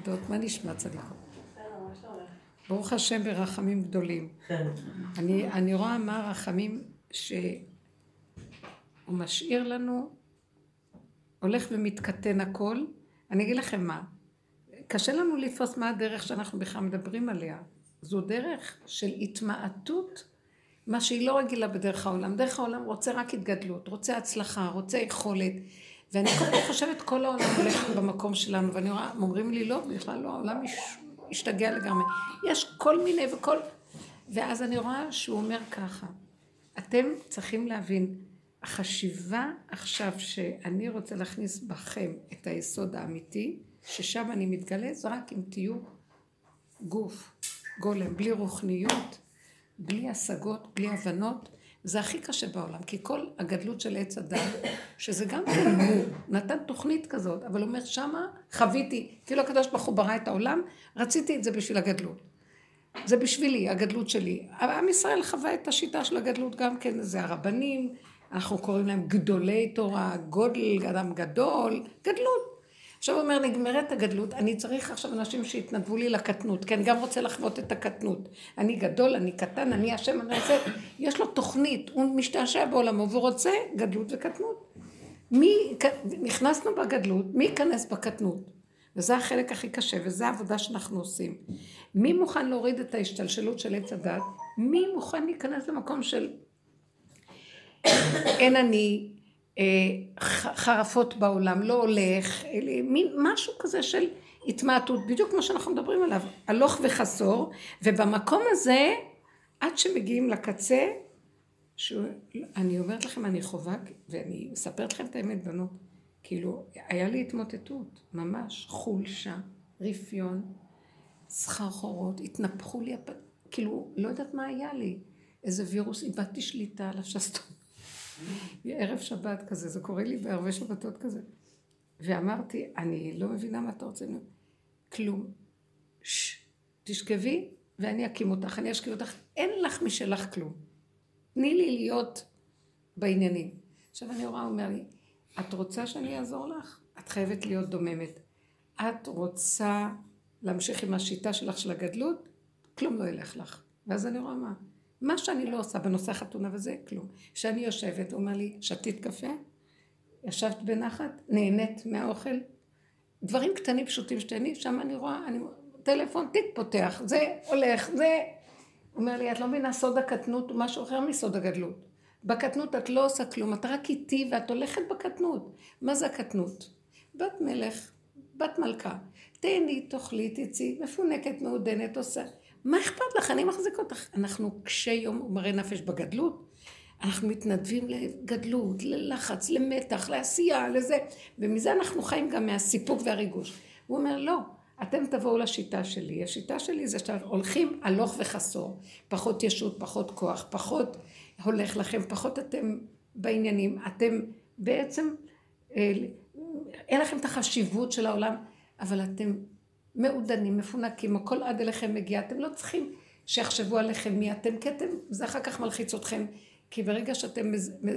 נקודות, מה נשמע צדיקות? ברוך השם ברחמים גדולים. אני רואה מה הרחמים שהוא משאיר לנו, הולך ומתקטן הכל. אני אגיד לכם מה, קשה לנו לפוס מה הדרך שאנחנו בכלל מדברים עליה. זו דרך של התמעטות, מה שהיא לא רגילה בדרך העולם. דרך העולם רוצה רק התגדלות, רוצה הצלחה, רוצה יכולת. ואני חושבת כל העולם הולך במקום שלנו, ואני רואה, אומרים לי לא, בכלל לא, העולם השתגע לגמרי. יש כל מיני וכל... ואז אני רואה שהוא אומר ככה, אתם צריכים להבין, החשיבה עכשיו שאני רוצה להכניס בכם את היסוד האמיתי, ששם אני מתגלה, זה רק אם תהיו גוף, גולם, בלי רוחניות, בלי השגות, בלי הבנות, זה הכי קשה בעולם, כי כל הגדלות של עץ הדת, שזה גם כן הוא, נתן תוכנית כזאת, אבל אומר שמה חוויתי, כאילו הקדוש ברוך הוא ברא את העולם, רציתי את זה בשביל הגדלות. זה בשבילי, הגדלות שלי. אבל עם ישראל חווה את השיטה של הגדלות גם כן, זה הרבנים, אנחנו קוראים להם גדולי תורה, גודל, אדם גדול, גדלות. עכשיו הוא אומר, נגמרת הגדלות, אני צריך עכשיו אנשים שיתנדבו לי לקטנות, כי אני גם רוצה לחוות את הקטנות. אני גדול, אני קטן, אני השם, אני רוצה, יש לו תוכנית, הוא משתעשע בעולמו, והוא רוצה גדלות וקטנות. נכנסנו בגדלות, מי ייכנס בקטנות? וזה החלק הכי קשה, וזו העבודה שאנחנו עושים. מי מוכן להוריד את ההשתלשלות של עץ הדת? מי מוכן להיכנס למקום של אין אני, חרפות בעולם, לא הולך, משהו כזה של התמעטות, בדיוק כמו שאנחנו מדברים עליו, הלוך וחסור, ובמקום הזה, עד שמגיעים לקצה, אני אומרת לכם, אני חובה, ואני מספרת לכם את האמת בנות, כאילו, היה לי התמוטטות, ממש, חולשה, רפיון, סחרחורות, התנפחו לי, כאילו, לא יודעת מה היה לי, איזה וירוס, איבדתי שליטה על השסתום. ערב שבת כזה, זה קורה לי בערבי שבתות כזה. ואמרתי, אני לא מבינה מה אתה רוצה. כלום. תשכבי ואני אקים אותך, אני אשכיב אותך. אין לך משלך כלום. תני לי להיות בעניינים. עכשיו אני רואה, אומר לי, את רוצה שאני אעזור לך? את חייבת להיות דוממת. את רוצה להמשיך עם השיטה שלך של הגדלות? כלום לא ילך לך. ואז אני רואה מה? מה שאני לא עושה בנושא חתונה וזה, כלום. כשאני יושבת, הוא אומר לי, שתית קפה? ישבת בנחת? נהנית מהאוכל? דברים קטנים פשוטים שתהני, שם אני רואה, טלפון, תיק פותח, זה הולך, זה... הוא אומר לי, את לא מבינה, סוד הקטנות הוא משהו אחר מסוד הגדלות. בקטנות את לא עושה כלום, את רק איתי ואת הולכת בקטנות. מה זה הקטנות? בת מלך, בת מלכה, תהני, תאכלי, תצאי, מפונקת, מעודנת, עושה... מה אכפת לך? אני מחזיק אותך. אנחנו קשי יום ומראה נפש בגדלות. אנחנו מתנדבים לגדלות, ללחץ, למתח, לעשייה, לזה. ומזה אנחנו חיים גם מהסיפוק והריגוש. הוא אומר, לא, אתם תבואו לשיטה שלי. השיטה שלי זה שאתם הולכים הלוך וחסור. פחות ישות, פחות כוח, פחות הולך לכם, פחות אתם בעניינים. אתם בעצם, אין לכם את החשיבות של העולם, אבל אתם... מעודנים, מפונקים, הכל עד אליכם מגיע, אתם לא צריכים שיחשבו עליכם מי אתם, כי אתם, זה אחר כך מלחיץ אתכם, כי ברגע שאתם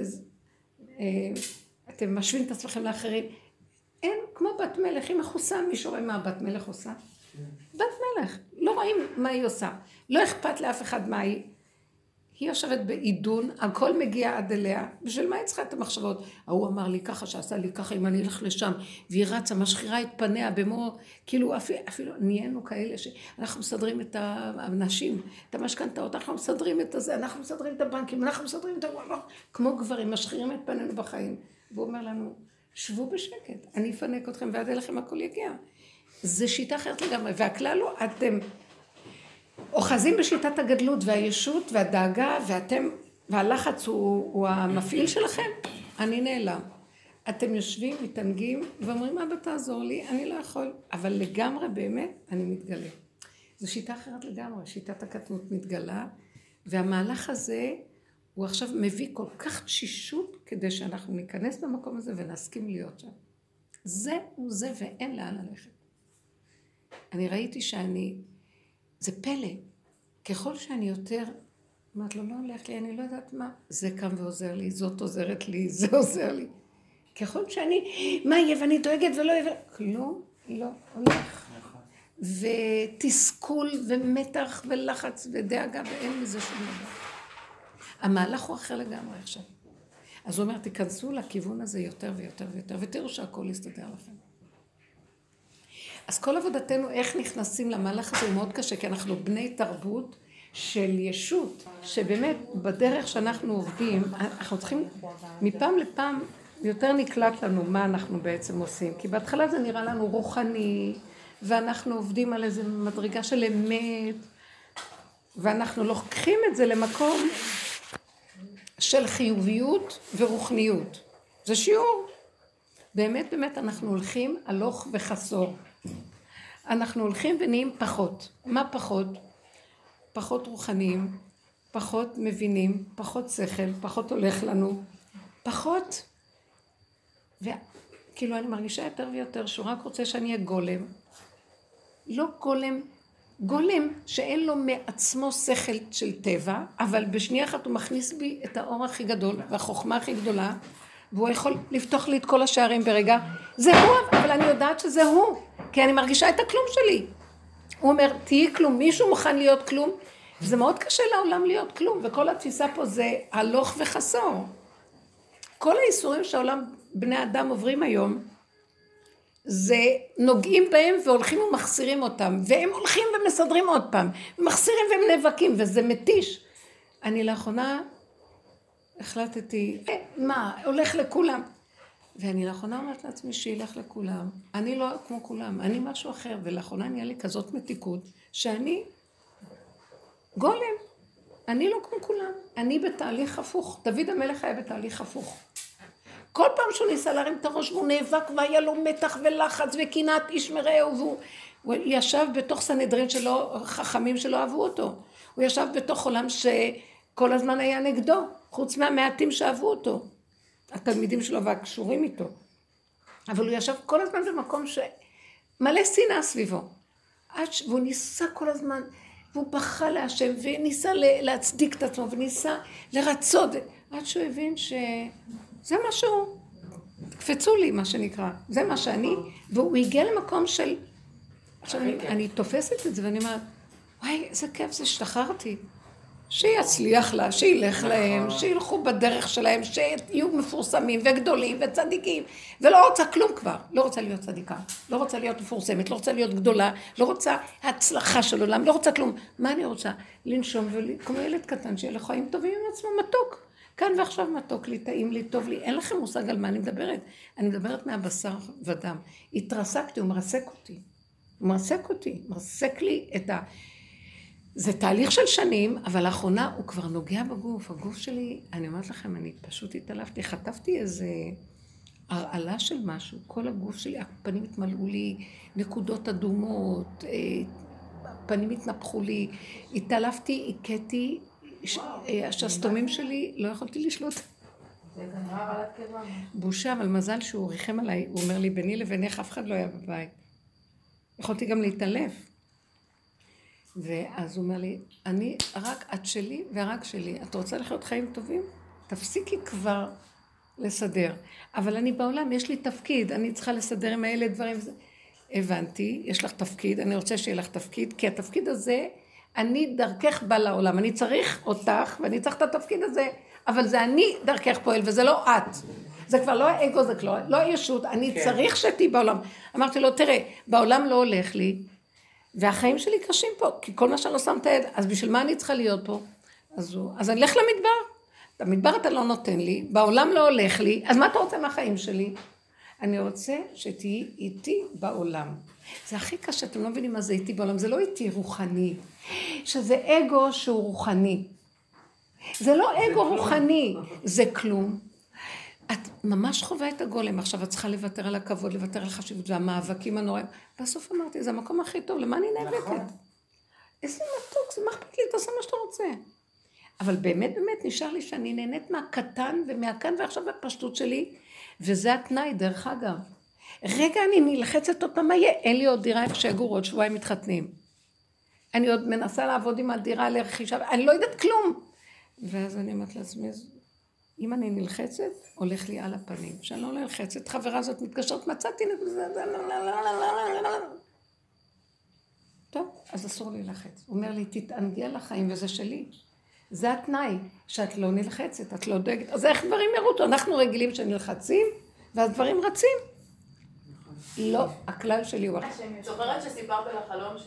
אתם משווים את עצמכם לאחרים, אין כמו בת מלך, היא מכוסה, מישהו רואה מה בת מלך עושה? בת מלך, לא רואים מה היא עושה, לא אכפת לאף אחד מה היא, היא יושבת בעידון, הכל מגיע עד אליה, בשביל מה היא צריכה את המחשבות? הוא אמר לי ככה, שעשה לי ככה, אם אני אלך לשם, והיא רצה, משחירה את פניה במו, כאילו אפילו נהיינו כאלה שאנחנו מסדרים את האנשים, את המשכנתאות, אנחנו מסדרים את הזה, אנחנו מסדרים את הבנקים, אנחנו מסדרים את הוואלה, כמו גברים, משחירים את פנינו בחיים. והוא אומר לנו, שבו בשקט, אני אפנק אתכם ועד אליכם הכל יגיע. זה שיטה אחרת לגמרי, והכלל הוא, אתם אוחזים בשיטת הגדלות והישות והדאגה, והלחץ הוא המפעיל שלכם, אני נעלם. אתם יושבים, מתענגים, ואומרים, אבא תעזור לי, אני לא יכול. אבל לגמרי באמת אני מתגלה. זו שיטה אחרת לגמרי, שיטת הקטנות מתגלה, והמהלך הזה הוא עכשיו מביא כל כך תשישות, כדי שאנחנו ניכנס במקום הזה ונסכים להיות שם. זה הוא זה ואין לאן ללכת. אני ראיתי זה פלא. ככל שאני יותר, אמרת לו, לא הולך לי, אני לא יודעת מה. זה קם ועוזר לי, זאת עוזרת לי, זה עוזר לי. ככל שאני, מה יהיה ואני דואגת ולא יהיה, כלום לא הולך. ותסכול ומתח ולחץ ודאגה, ואין מזה שום דבר. המהלך הוא אחר לגמרי עכשיו. אז הוא אומר, תיכנסו לכיוון הזה יותר ויותר ויותר, ותראו שהכל יסתדר לכם. אז כל עבודתנו, איך נכנסים למהלך הזה, הוא מאוד קשה, כי אנחנו בני תרבות של ישות, שבאמת בדרך שאנחנו עובדים, אנחנו צריכים מפעם לפעם יותר נקלט לנו מה אנחנו בעצם עושים, כי בהתחלה זה נראה לנו רוחני, ואנחנו עובדים על איזו מדרגה של אמת, ואנחנו לוקחים את זה למקום של חיוביות ורוחניות. זה שיעור. באמת באמת אנחנו הולכים הלוך וחסור. אנחנו הולכים ונהיים פחות. מה פחות? פחות רוחניים, פחות מבינים, פחות שכל, פחות הולך לנו, פחות. וכאילו אני מרגישה יותר ויותר שהוא רק רוצה שאני אהיה גולם. לא גולם, גולם שאין לו מעצמו שכל של טבע, אבל בשנייה אחת הוא מכניס בי את האור הכי גדול והחוכמה הכי גדולה, והוא יכול לפתוח לי את כל השערים ברגע. זה הוא, אבל אני יודעת שזה הוא, כי אני מרגישה את הכלום שלי. הוא אומר, תהי כלום, מישהו מוכן להיות כלום, וזה מאוד קשה לעולם להיות כלום, וכל התפיסה פה זה הלוך וחסור. כל האיסורים שהעולם בני אדם עוברים היום, זה נוגעים בהם והולכים ומחסירים אותם, והם הולכים ומסדרים עוד פעם, ומחסירים והם נאבקים, וזה מתיש. אני לאחרונה החלטתי, מה, הולך לכולם. ואני לאחרונה אומרת לעצמי שילך לכולם. אני לא כמו כולם, אני משהו אחר, ולאחרונה נהיה לי כזאת מתיקות, שאני גולם. אני לא כמו כולם, אני בתהליך הפוך. דוד המלך היה בתהליך הפוך. כל פעם שהוא ניסה להרים את הראש, והוא נאבק, והיה לו מתח ולחץ, וקנאת איש מרעהו, והוא ישב בתוך סנהדרין שלו, חכמים שלא אהבו אותו. הוא ישב בתוך עולם שכל הזמן היה נגדו, חוץ מהמעטים שאהבו אותו. התלמידים שלו והקשורים איתו. אבל הוא ישב כל הזמן במקום שמלא שנאה סביבו. והוא ניסה כל הזמן, והוא בכה להשם, וניסה להצדיק את עצמו, וניסה לרצות, עד שהוא הבין שזה משהו, תקפצו לי מה שנקרא, זה מה שאני, והוא הגיע למקום של, עכשיו אני תופסת את זה, ואני אומרת, וואי, איזה כיף זה, השתחררתי. שיצליח לה, שילך להם, שילכו בדרך שלהם, שיהיו מפורסמים וגדולים וצדיקים, ולא רוצה כלום כבר, לא רוצה להיות צדיקה, לא רוצה להיות מפורסמת, לא רוצה להיות גדולה, לא רוצה הצלחה של עולם, לא רוצה כלום. מה אני רוצה? לנשום כמו ילד קטן שיהיה לחיים טובים עם עצמו מתוק. כאן ועכשיו מתוק לי, טעים לי, טוב לי, אין לכם מושג על מה אני מדברת. אני מדברת מהבשר ודם. התרסקתי, הוא מרסק אותי. הוא מרסק לי את ה... זה תהליך של שנים, אבל לאחרונה הוא כבר נוגע בגוף. הגוף שלי, אני אומרת לכם, אני פשוט התעלפתי, חטפתי איזה הרעלה של משהו. כל הגוף שלי, הפנים התמלאו לי, נקודות אדומות, הפנים התנפחו לי, התעלפתי, הכיתי, השסתומים שלי, לא יכולתי לשלוט. זה כנראה הרעלת קיבה. בושה, אבל מזל שהוא ריחם עליי, הוא אומר לי, ביני לבינך אף אחד לא היה בבית. יכולתי גם להתעלף. ואז הוא אומר לי, אני רק את שלי ורק שלי. את רוצה לחיות חיים טובים? תפסיקי כבר לסדר. אבל אני בעולם, יש לי תפקיד, אני צריכה לסדר עם האלה דברים. הבנתי, יש לך תפקיד, אני רוצה שיהיה לך תפקיד, כי התפקיד הזה, אני דרכך בא לעולם. אני צריך אותך, ואני צריך את התפקיד הזה, אבל זה אני דרכך פועל, וזה לא את. זה כבר לא האגו, זה לא הישות, אני צריך שתהי בעולם. אמרתי לו, תראה, בעולם לא הולך לי, והחיים שלי קשים פה, כי כל מה שאני לא שמת עד, אז בשביל מה אני צריכה להיות פה? אז אני אלך למדבר. במדבר אתה לא נותן לי, בעולם לא הולך לי, אז מה אתה רוצה מהחיים שלי? אני רוצה שתהיי איתי בעולם. זה הכי קשה, אתם לא מבינים מה זה איתי בעולם, זה לא איתי רוחני, שזה אגו שהוא רוחני. זה לא אגו רוחני, זה כלום. את ממש חווה את הגולם, עכשיו את צריכה לוותר על הכבוד, לוותר על חשיבות, והמאבקים הנוראים. בסוף אמרתי, זה המקום הכי טוב, למה אני נאבקת? איזה מתוק, זה מה אכפת לי, תעשה מה שאתה רוצה. אבל באמת נשאר לי שאני נהנית מהקטן ומהכאן ועכשיו בפשטות שלי, וזה התנאי, דרך אגב. רגע אני נלחצת עוד פעם, מה יהיה? אין לי עוד דירה איפה שיגור, עוד שבועיים מתחתנים. אני עוד מנסה לעבוד עם הדירה לרכישה, אני לא יודעת כלום. ואז אני אומרת לעצמי, אם אני נלחצת, הולך לי על הפנים. כשאני לא נלחצת, חברה הזאת מתקשרת, מצאתי... אז אסור להילחץ. הוא אומר לי, תתענגי על החיים וזה שלי. זה התנאי, שאת לא נלחצת, את לא דואגת. אז איך דברים ירוצו? אנחנו רגילים שנלחצים, ואז דברים רצים. לא, הכלל שלי הוא... זוכרת שסיפרת על החלום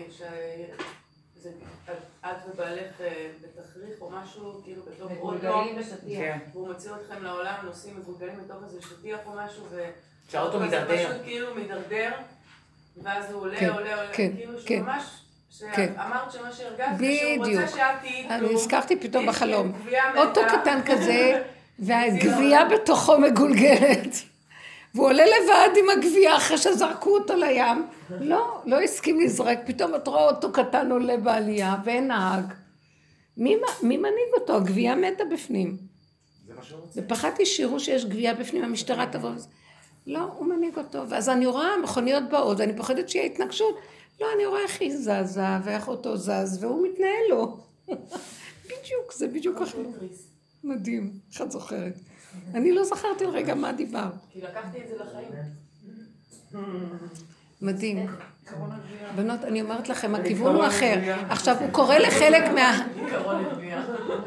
את ובעלך בתכריך או משהו, כאילו בתוך אוטו, והוא מוציא אתכם לעולם, נוסעים מגולגלים בתוך איזה שטיח או משהו, שהאוטו מדרדר. פשוט כאילו מדרדר, ואז הוא עולה, כאילו שממש, שאמרת שמה שהרגשת, שהוא רוצה שאת תהיי איתו. אני הזכרתי פתאום בחלום. אוטו קטן כזה, והגבייה בתוכו מגולגלת. והוא עולה לבד עם הגבייה אחרי שזרקו אותו לים. לא הסכים לזרק. פתאום את רואה אותו קטן עולה בעלייה, ואין נהג. מי מנהיג אותו? הגבייה מתה בפנים. זה מה שהוא רוצה. ופחדתי שיראו שיש גבייה בפנים, המשטרה תבוא. לא, הוא מנהיג אותו. ואז אני רואה מכוניות באות, ואני פוחדת שיהיה התנגשות. לא, אני רואה איך היא זזה, ואיך אותו זז, והוא מתנהל לו. בדיוק, זה בדיוק החלום. מדהים, אחד זוכרת. אני לא זכרתי רגע מה דיבר. כי לקחתי את זה לחיים. מדהים. בנות, אני אומרת לכם, הכיוון הוא אחר. עכשיו, הוא קורא לחלק מה... עיקרון לגבייה.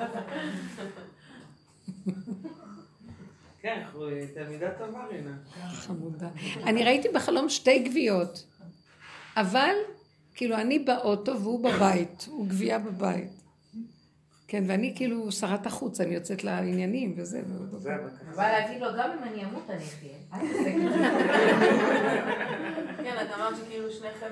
כן, תלמידה טובה רינה. חמודה. אני ראיתי בחלום 2 גוויות, אבל כאילו אני באוטו והוא בבית, הוא גבייה בבית. כן, ואני כאילו שרת החוץ, אני יוצאת לעניינים וזה. אבל להגיד לו, גם אם אני אמות אני אחיה. כן, את אמרת שכאילו שניכם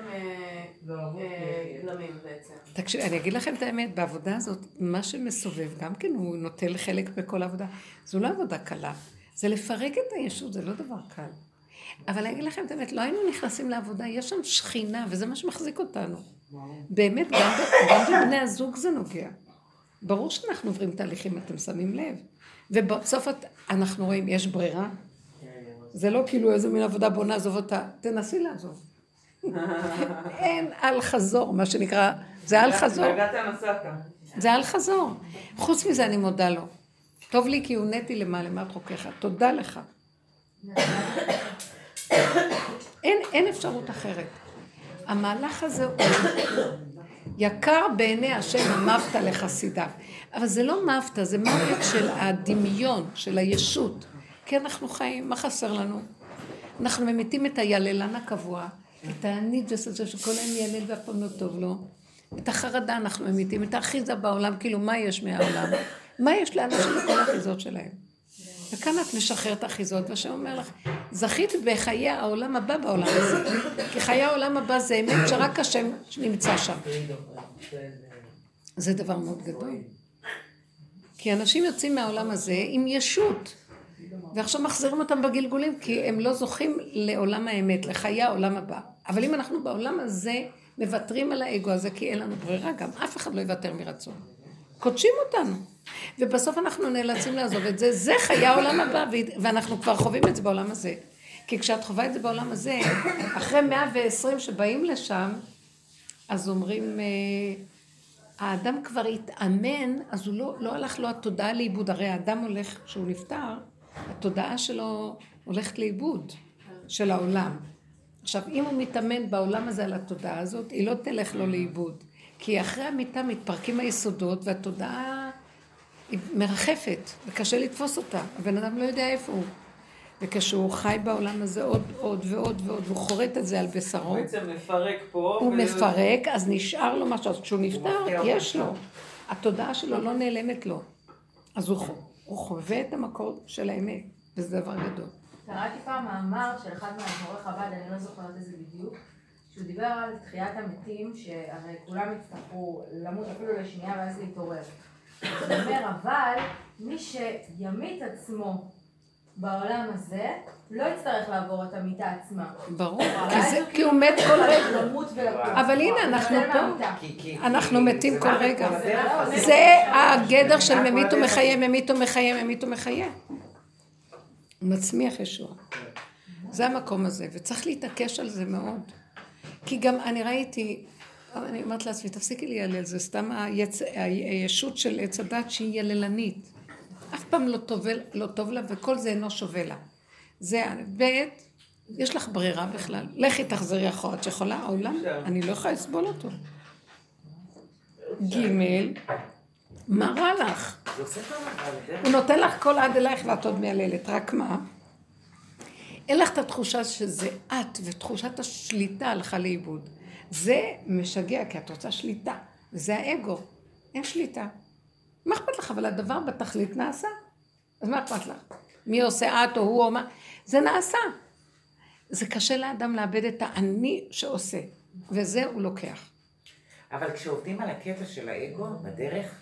גלמים בעצם. תקשיב, אני אגיד לכם את האמת, בעבודה הזאת, מה שמסובב, גם כן הוא נוטל חלק בכל עבודה, זו לא עבודה קלה, זה לפרק את הישות, זה לא דבר קל. אבל אני אגיד לכם את האמת, לא היינו נכנסים לעבודה, יש שם שכינה, וזה מה שמחזיק אותנו. באמת, גם בבני הזוג זה נוגע. ברור שאנחנו עוברים תהליכים, אתם שמים לב. ובסוף אנחנו רואים, יש ברירה. זה לא כאילו איזה מין עבודה בוא נעזוב אותה, תנסי לעזוב. אין על חזור, מה שנקרא, זה על חזור. זה על חזור. חוץ מזה אני מודה לו. טוב לי כי הוא נטי למעלה חוקיך. תודה לך. אין אפשרות אחרת. המהלך הזה הוא יקר בעיני השם המוות לחסידיו. אבל זה לא מוות, זה מוות של הדמיון, של הישות. כי אנחנו חיים, מה חסר לנו? אנחנו ממיתים את היללן הקבוע, את הניג'ס הזה שכל היום יילל ואף פעם לא טוב לו. את החרדה אנחנו ממיתים, את האחיזה בעולם, כאילו מה יש מהעולם? מה יש לאנשים בכל האחיזות שלהם? וכאן את משחררת את האחיזות, והשם אומר לך, זכית בחיי העולם הבא בעולם הזה. כי חיי העולם הבא זה אמת שרק השם נמצא שם. זה דבר מאוד גדול. כי אנשים יוצאים מהעולם הזה עם ישות. ועכשיו מחזירים אותם בגלגולים, כי הם לא זוכים לעולם האמת, לחיי העולם הבא. אבל אם אנחנו בעולם הזה מוותרים על האגו הזה, כי אין לנו ברירה, גם אף אחד לא יוותר מרצון. קודשים אותנו. ובסוף אנחנו נאלצים לעזוב את זה, זה חיי העולם הבא, ואנחנו כבר חווים את זה בעולם הזה. כי כשאת חווה את זה בעולם הזה, אחרי 120 שבאים לשם, אז אומרים, האדם כבר התאמן, אז הוא לא הלך לו התודעה לאיבוד, הרי האדם הולך, כשהוא נפטר, התודעה שלו הולכת לאיבוד של העולם. עכשיו, אם הוא מתאמן בעולם הזה על התודעה הזאת, היא לא תלך לו לאיבוד. כי אחרי המיטה מתפרקים היסודות, והתודעה היא מרחפת, וקשה לתפוס אותה. הבן אדם לא יודע איפה הוא. וכשהוא חי בעולם הזה עוד ועוד, והוא חורט את זה על בשרו. הוא בעצם מפרק פה. הוא מפרק, אז נשאר לו משהו. אז כשהוא נפטר, יש לו. התודעה שלו לא נעלמת לו. אז הוא חווה את המקור של האמת, וזה דבר גדול. קראתי פעם מאמר של אחד מהאדמו"רי חב"ד, אני לא זוכרת את זה בדיוק, שהוא דיבר על תחיית המתים, שהרי כולם יצטרכו למות אפילו לשנייה ואז להתעורר. הוא אומר, אבל מי שימית עצמו בעולם הזה, לא יצטרך לעבור את המיטה עצמה. ברור, כי הוא מת כל רגע. אבל הנה, אנחנו פה, אנחנו מתים כל רגע. זה הגדר של ממית ומחיה, ממית ומחיה, ממית ומחיה. הוא מצמיח ישוע. זה המקום הזה, וצריך להתעקש על זה מאוד. כי גם אני ראיתי, אני אומרת לעצמי, תפסיקי לי ילל, זה סתם הישות של עץ הדת שהיא יללנית. אף פעם לא טוב לה, וכל זה אינו שווה לה. זה בית, יש לך ברירה בכלל. לכי תחזרי אחורה, את יכולה, העולם, אני לא יכולה לסבול אותו. ג' מה רע לך? זה עושה טוב, אבל... הוא נותן לך כל עד אלייך ואת עוד מייללת, רק מה? אין לך את התחושה שזה את, ותחושת השליטה הלכה לאיבוד. זה משגע, כי את רוצה שליטה, וזה האגו. אין שליטה. מה אכפת לך? אבל הדבר בתכלית נעשה. אז מה אכפת לך? מי עושה את או הוא או מה? זה נעשה. זה קשה לאדם לאבד את האני שעושה, וזה הוא לוקח. אבל כשעובדים על הקטע של האגו בדרך,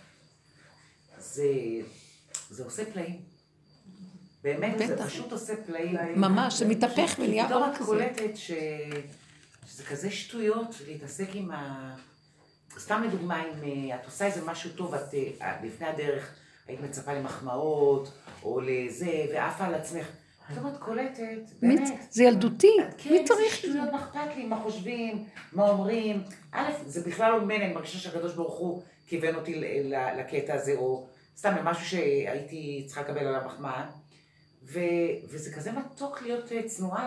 זה עושה פלאים. באמת, זה פשוט עושה פלאים. ממש, זה מתהפך ונהיה פתאום אור את כזה. קולטת שזה כזה שטויות להתעסק עם ה... סתם לדוגמה, אם את עושה איזה משהו טוב, את לפני הדרך היית מצפה למחמאות, או לזה, ועפה על עצמך. פתאום את קולטת, באמת. זה ילדותי, כן, מי זה צריך? שטויות, מה אכפת לי, מה חושבים, מה אומרים. א', זה בכלל לא ממני, אני מרגישה שהקדוש ברוך הוא כיוון אותי לקטע הזה, או סתם למשהו שהייתי צריכה לקבל עליו מחמאה. וזה כזה מתוק להיות צנועה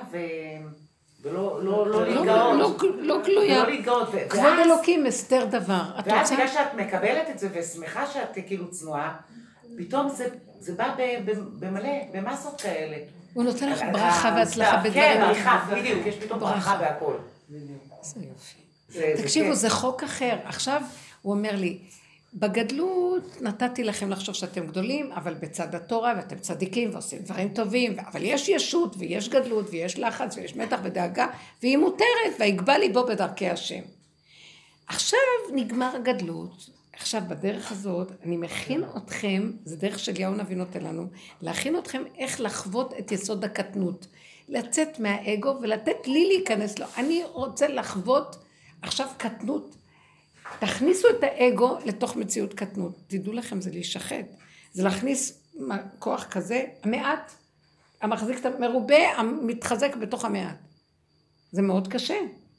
ולא להתגאות. לא גלויה. ולא להתגאות. כבוד אלוקים מסתר דבר. ואז בגלל שאת מקבלת את זה ושמחה שאת כאילו צנועה, פתאום זה בא במלא, במסות כאלה. הוא נותן לך ברכה והצלחה בדברים. כן, ברכה, בדיוק, יש פתאום ברכה והכל. זה יופי. תקשיבו, זה חוק אחר. עכשיו הוא אומר לי, בגדלות נתתי לכם לחשוב שאתם גדולים, אבל בצד התורה ואתם צדיקים ועושים דברים טובים, אבל יש ישות ויש גדלות ויש לחץ ויש מתח ודאגה, והיא מותרת והיגבה ליבו בדרכי השם. עכשיו נגמר הגדלות, עכשיו בדרך הזאת אני מכין אתכם, זה דרך של יאו נביא נותן לנו, להכין אתכם איך לחוות את יסוד הקטנות, לצאת מהאגו ולתת לי להיכנס לו. אני רוצה לחוות עכשיו קטנות, תכניסו את האגו לתוך מציאות קטנות. תדעו לכם, זה להישחט. זה להכניס כוח כזה, המעט, המחזיק את המרובה, המתחזק בתוך המעט. זה מאוד קשה.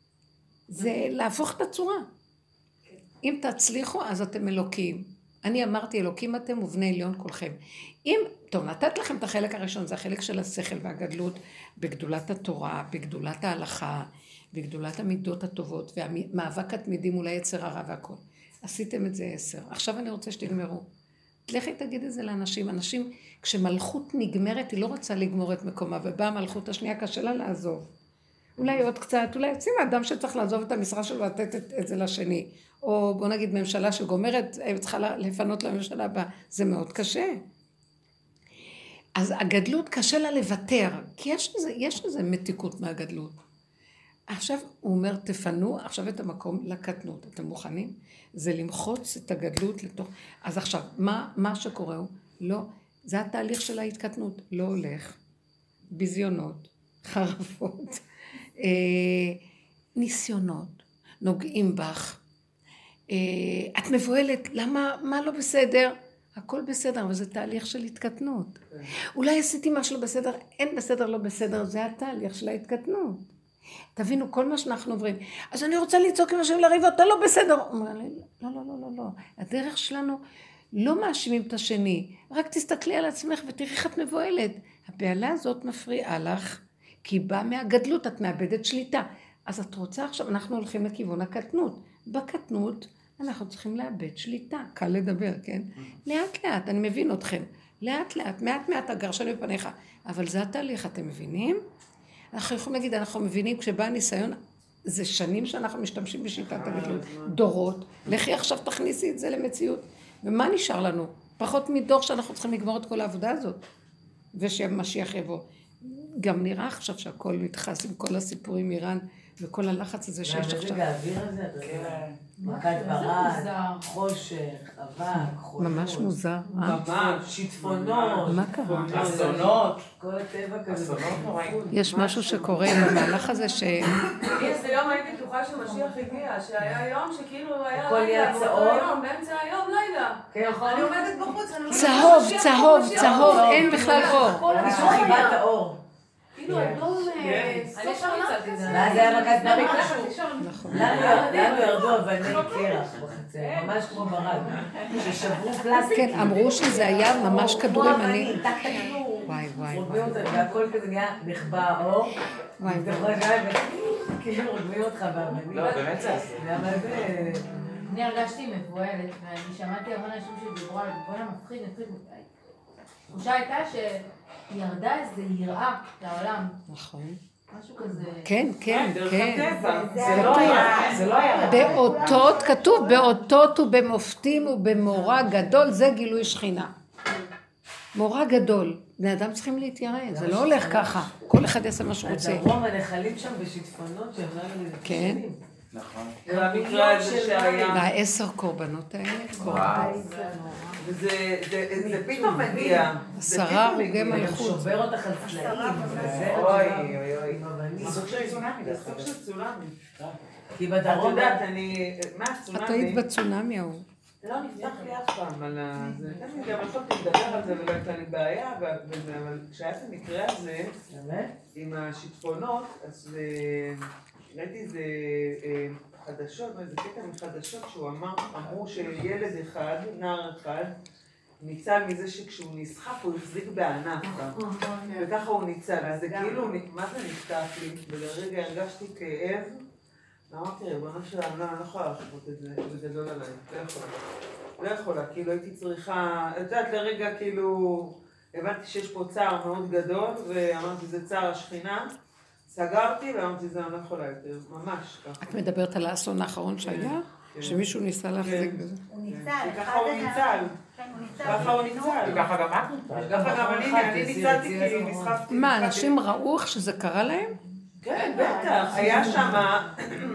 זה להפוך את הצורה. אם תצליחו, אז אתם אלוקים. אני אמרתי, אלוקים אתם ובני עליון כולכם. אם, טוב, נתת לכם את החלק הראשון, זה החלק של השכל והגדלות, בגדולת התורה, בגדולת ההלכה, בגדולת המידות הטובות, והמאבק התמידי מול היצר הרע והכל. עשיתם את זה 10. עכשיו אני רוצה שתגמרו. לכי תגיד את זה לאנשים. אנשים, כשמלכות נגמרת, היא לא רוצה לגמור את מקומה, ובאה המלכות השנייה, קשה לה לעזוב. אולי עוד קצת, אולי יוצאים האדם שצריך לעזוב את המשרה שלו, לתת את זה לשני. או בוא נגיד ממשלה שגומרת, צריכה לפנות לממשלה הבאה. זה מאוד קשה. אז הגדלות קשה לה לוותר, כי יש איזה מתיקות מהגדלות. עכשיו הוא אומר, תפנו עכשיו את המקום לקטנות. אתם מוכנים? זה למחוץ את הגדלות לתוך... אז עכשיו, מה שקורה הוא? לא, זה התהליך של ההתקטנות. לא הולך. ביזיונות, חרפות, ניסיונות, נוגעים בך. את מבועלת, למה, מה לא בסדר? הכל בסדר, אבל זה תהליך של התקטנות. אולי עשיתי משהו לא בסדר, אין בסדר, לא בסדר, זה התהליך של ההתקטנות. תבינו, כל מה שאנחנו עוברים, אז אני רוצה לצעוק עם השם לריב, אתה לא בסדר. הוא אומר לי, לא, לא, לא, לא, לא. הדרך שלנו לא מאשימים את השני, רק תסתכלי על עצמך ותראי איך את מבועלת. הבעלה הזאת מפריעה לך, כי היא באה מהגדלות, את מאבדת שליטה. אז את רוצה עכשיו, אנחנו הולכים לכיוון הקטנות. בקטנות אנחנו צריכים לאבד שליטה. קל לדבר, כן? לאט לאט, אני מבין אתכם. לאט לאט, מעט מעט הגרשנו בפניך. אבל זה התהליך, אתם מבינים? אנחנו יכולים להגיד, אנחנו מבינים, כשבא הניסיון, זה שנים שאנחנו משתמשים בשיטת הגדלות, דורות, לכי עכשיו תכניסי את זה למציאות, ומה נשאר לנו? פחות מדור שאנחנו צריכים לגמור את כל העבודה הזאת, ושמשיח יבוא. גם נראה עכשיו שהכל נדחס עם כל הסיפורים איראן, וכל הלחץ הזה שיש עכשיו. והמזג האוויר הזה, אתה יודע, מכת ברד, חושך, אבק, חולות. ממש מוזר. ממש. שיטפונות. מה קרה? אסונות. כל הטבע כזה. אסונות נוראים. יש משהו שקורה במהלך הזה איזה יום הייתי בטוחה שמשיח הגיע, שהיה יום שכאילו היה הכל לילה, נהיה צהוב. באמצע היום לילה. כן, נכון. אני עומדת בחוץ, אני אומרת, צהוב, משיח, צהוב, משיח, צהוב, משיח. אין בכלל אור. מישהו חיבה את האור. כאילו, אדום, כן. אני שם ניצלתי את זה. ואז היה מכת ברד. משהו. לנו ירדו אבני קרח בחצר, ממש כמו ברד. ששברו פלסטיק. כן, אמרו שזה היה ממש כדורים, אני... וואי, וואי, רוגמים אותם, והכל כזה נהיה נחבא האור. וואי, כאילו רוגמים אותך באבנים. לא, באמת זה. זה היה מה זה... אני הרגשתי מבוהלת, ואני שמעתי המון אנשים שדיברו על בואנה מפחיד. התחושה הייתה שירדה איזו יראה לעולם. נכון. משהו כזה. כן, כן, כן. זה לא היה. באותות, כתוב באותות ובמופתים ובמורא גדול, זה גילוי שכינה. מורא גדול. בני אדם צריכים להתיירא, זה לא הולך ככה. כל אחד יעשה מה שרוצה. הדרום הנחלים שם בשיטפונות שהם לא היו לזה כן. שנים. נכון. והמקרה הזה שהיה... וה10 קורבנות האלה, וואו. וזה פתאום מגיע. 10 הרוגי גם מלכות. שובר אותך על צלעים. אוי, אוי, אוי. אבנים. סוג של צונאמי. זה סוג של צונאמי. כי את בדרום... יודעת, מה את הצונאמי? היית בצונאמי ההוא. לא נפתח לי אף פעם על זה. אני גם יכולתי לדבר על זה ולא הייתה לי בעיה, אבל כשהיה את המקרה הזה, עם השיטפונות, אז ראיתי איזה חדשות, איזה קטע מחדשות שהוא אמרו שילד אחד, נער אחד, ניצל מזה שכשהוא נסחף הוא החזיק בענף, וככה הוא ניצל, אז זה כאילו, מה זה נפתח לי? ולרגע הרגשתי כאב, ואמרתי, ריבונו שלנו, אני לא יכולה לחוות את זה, זה גדול עליי, לא יכולה, כאילו הייתי צריכה, את יודעת לרגע כאילו, הבנתי שיש פה צער מאוד גדול, ואמרתי זה צער השכינה, סגרתי ואמרתי זה אני לא יכולה יותר, ממש ככה. את מדברת על האסון האחרון שהיה? שמישהו ניסה להחזיק בזה. הוא ניצל. ככה הוא ניצל. ככה הוא ניצל. וככה גם את ניצלת. ככה גם אני ניצלתי כי נסחפתי. מה, אנשים ראו איך שזה קרה להם? כן, בטח. היה שם,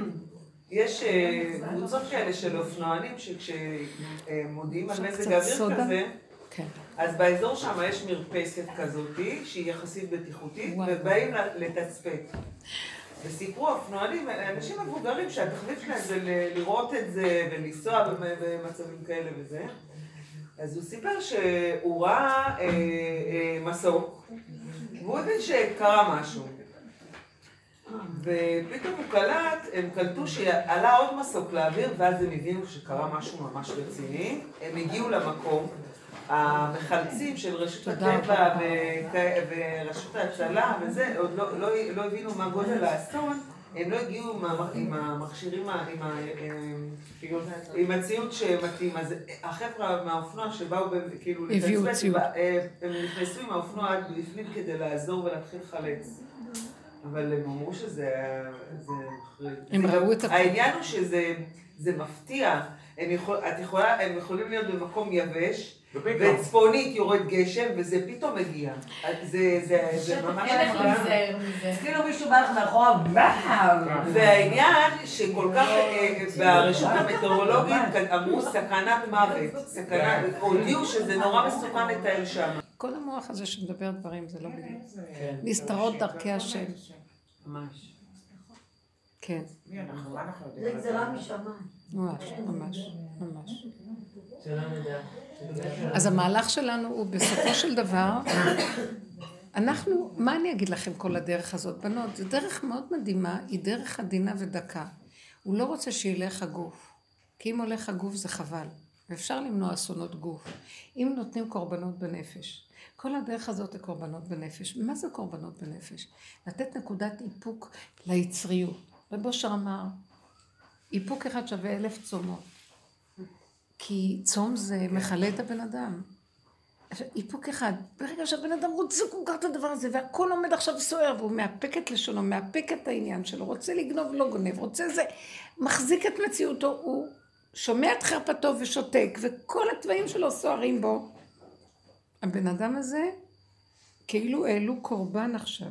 יש קבוצות כאלה של אופנוענים שכשמודיעים על מזג אוויר כזה, אז באזור שם יש מרפסת כזאתי שהיא יחסית בטיחותית ובאים לתצפת. וסיפרו אופנוענים, אנשים מבוגרים שהתחביב שלהם זה לראות את זה ולנסוע במצבים כאלה וזה. אז הוא סיפר שהוא ראה מסוק, והוא הבין שקרה משהו. ופתאום הוא קלט, הם קלטו שעלה עוד מסוק לאוויר, ואז הם הבינו שקרה משהו ממש רציני. הם הגיעו למקום, המחלצים של רשות הטבע ורשות ההצלה וזה, עוד לא הבינו מה גודל האסון, הם לא הגיעו עם המכשירים, עם הציוד שמתאים. אז החבר'ה מהאופנוע שבאו כאילו לתצפת, הם נכנסו עם האופנוע עד בפנים כדי לעזור ולהתחיל לחלץ. אבל הם אמרו שזה מחריד. הם ראו את העניין הוא שזה מפתיע. הם יכולים להיות במקום יבש, וצפונית יורד גשם, וזה פתאום מגיע. זה ממש... אין איך להיזהר מזה. כאילו מישהו בא לך מאחורה, והעניין שכל כך, ברשות המטאורולוגית אמרו סכנת מוות, הודיעו שזה נורא מסוכן לטייל שם. כל המוח הזה שמדבר דברים זה לא בדיוק. נסתרות דרכי השם. ממש. כן. מי אנחנו? מה אנחנו זה יודעים? גזרה משמיים. ממש, ממש, ממש. שלא נדע. אז המהלך שלנו הוא בסופו של דבר, אנחנו, מה אני אגיד לכם כל הדרך הזאת? בנות, זו דרך מאוד מדהימה, היא דרך עדינה ודקה. הוא לא רוצה שילך הגוף, כי אם הולך הגוף זה חבל, ואפשר למנוע אסונות גוף. אם נותנים קורבנות בנפש, כל הדרך הזאת היא קורבנות בנפש. מה זה קורבנות בנפש? לתת נקודת איפוק ליצריות. רב אושר אמר, איפוק אחד שווה 1000 צומות. כי צום זה מחלה את הבן אדם. איפוק אחד, ברגע שהבן אדם רוצה כל כך את הדבר הזה, והכל עומד עכשיו סוער, והוא מאפק את לשונו, מאפק את העניין שלו, רוצה לגנוב, לא גונב, רוצה זה, מחזיק את מציאותו, הוא שומע את חרפתו ושותק, וכל התוואים שלו סוערים בו. הבן אדם הזה, כאילו העלו קורבן עכשיו.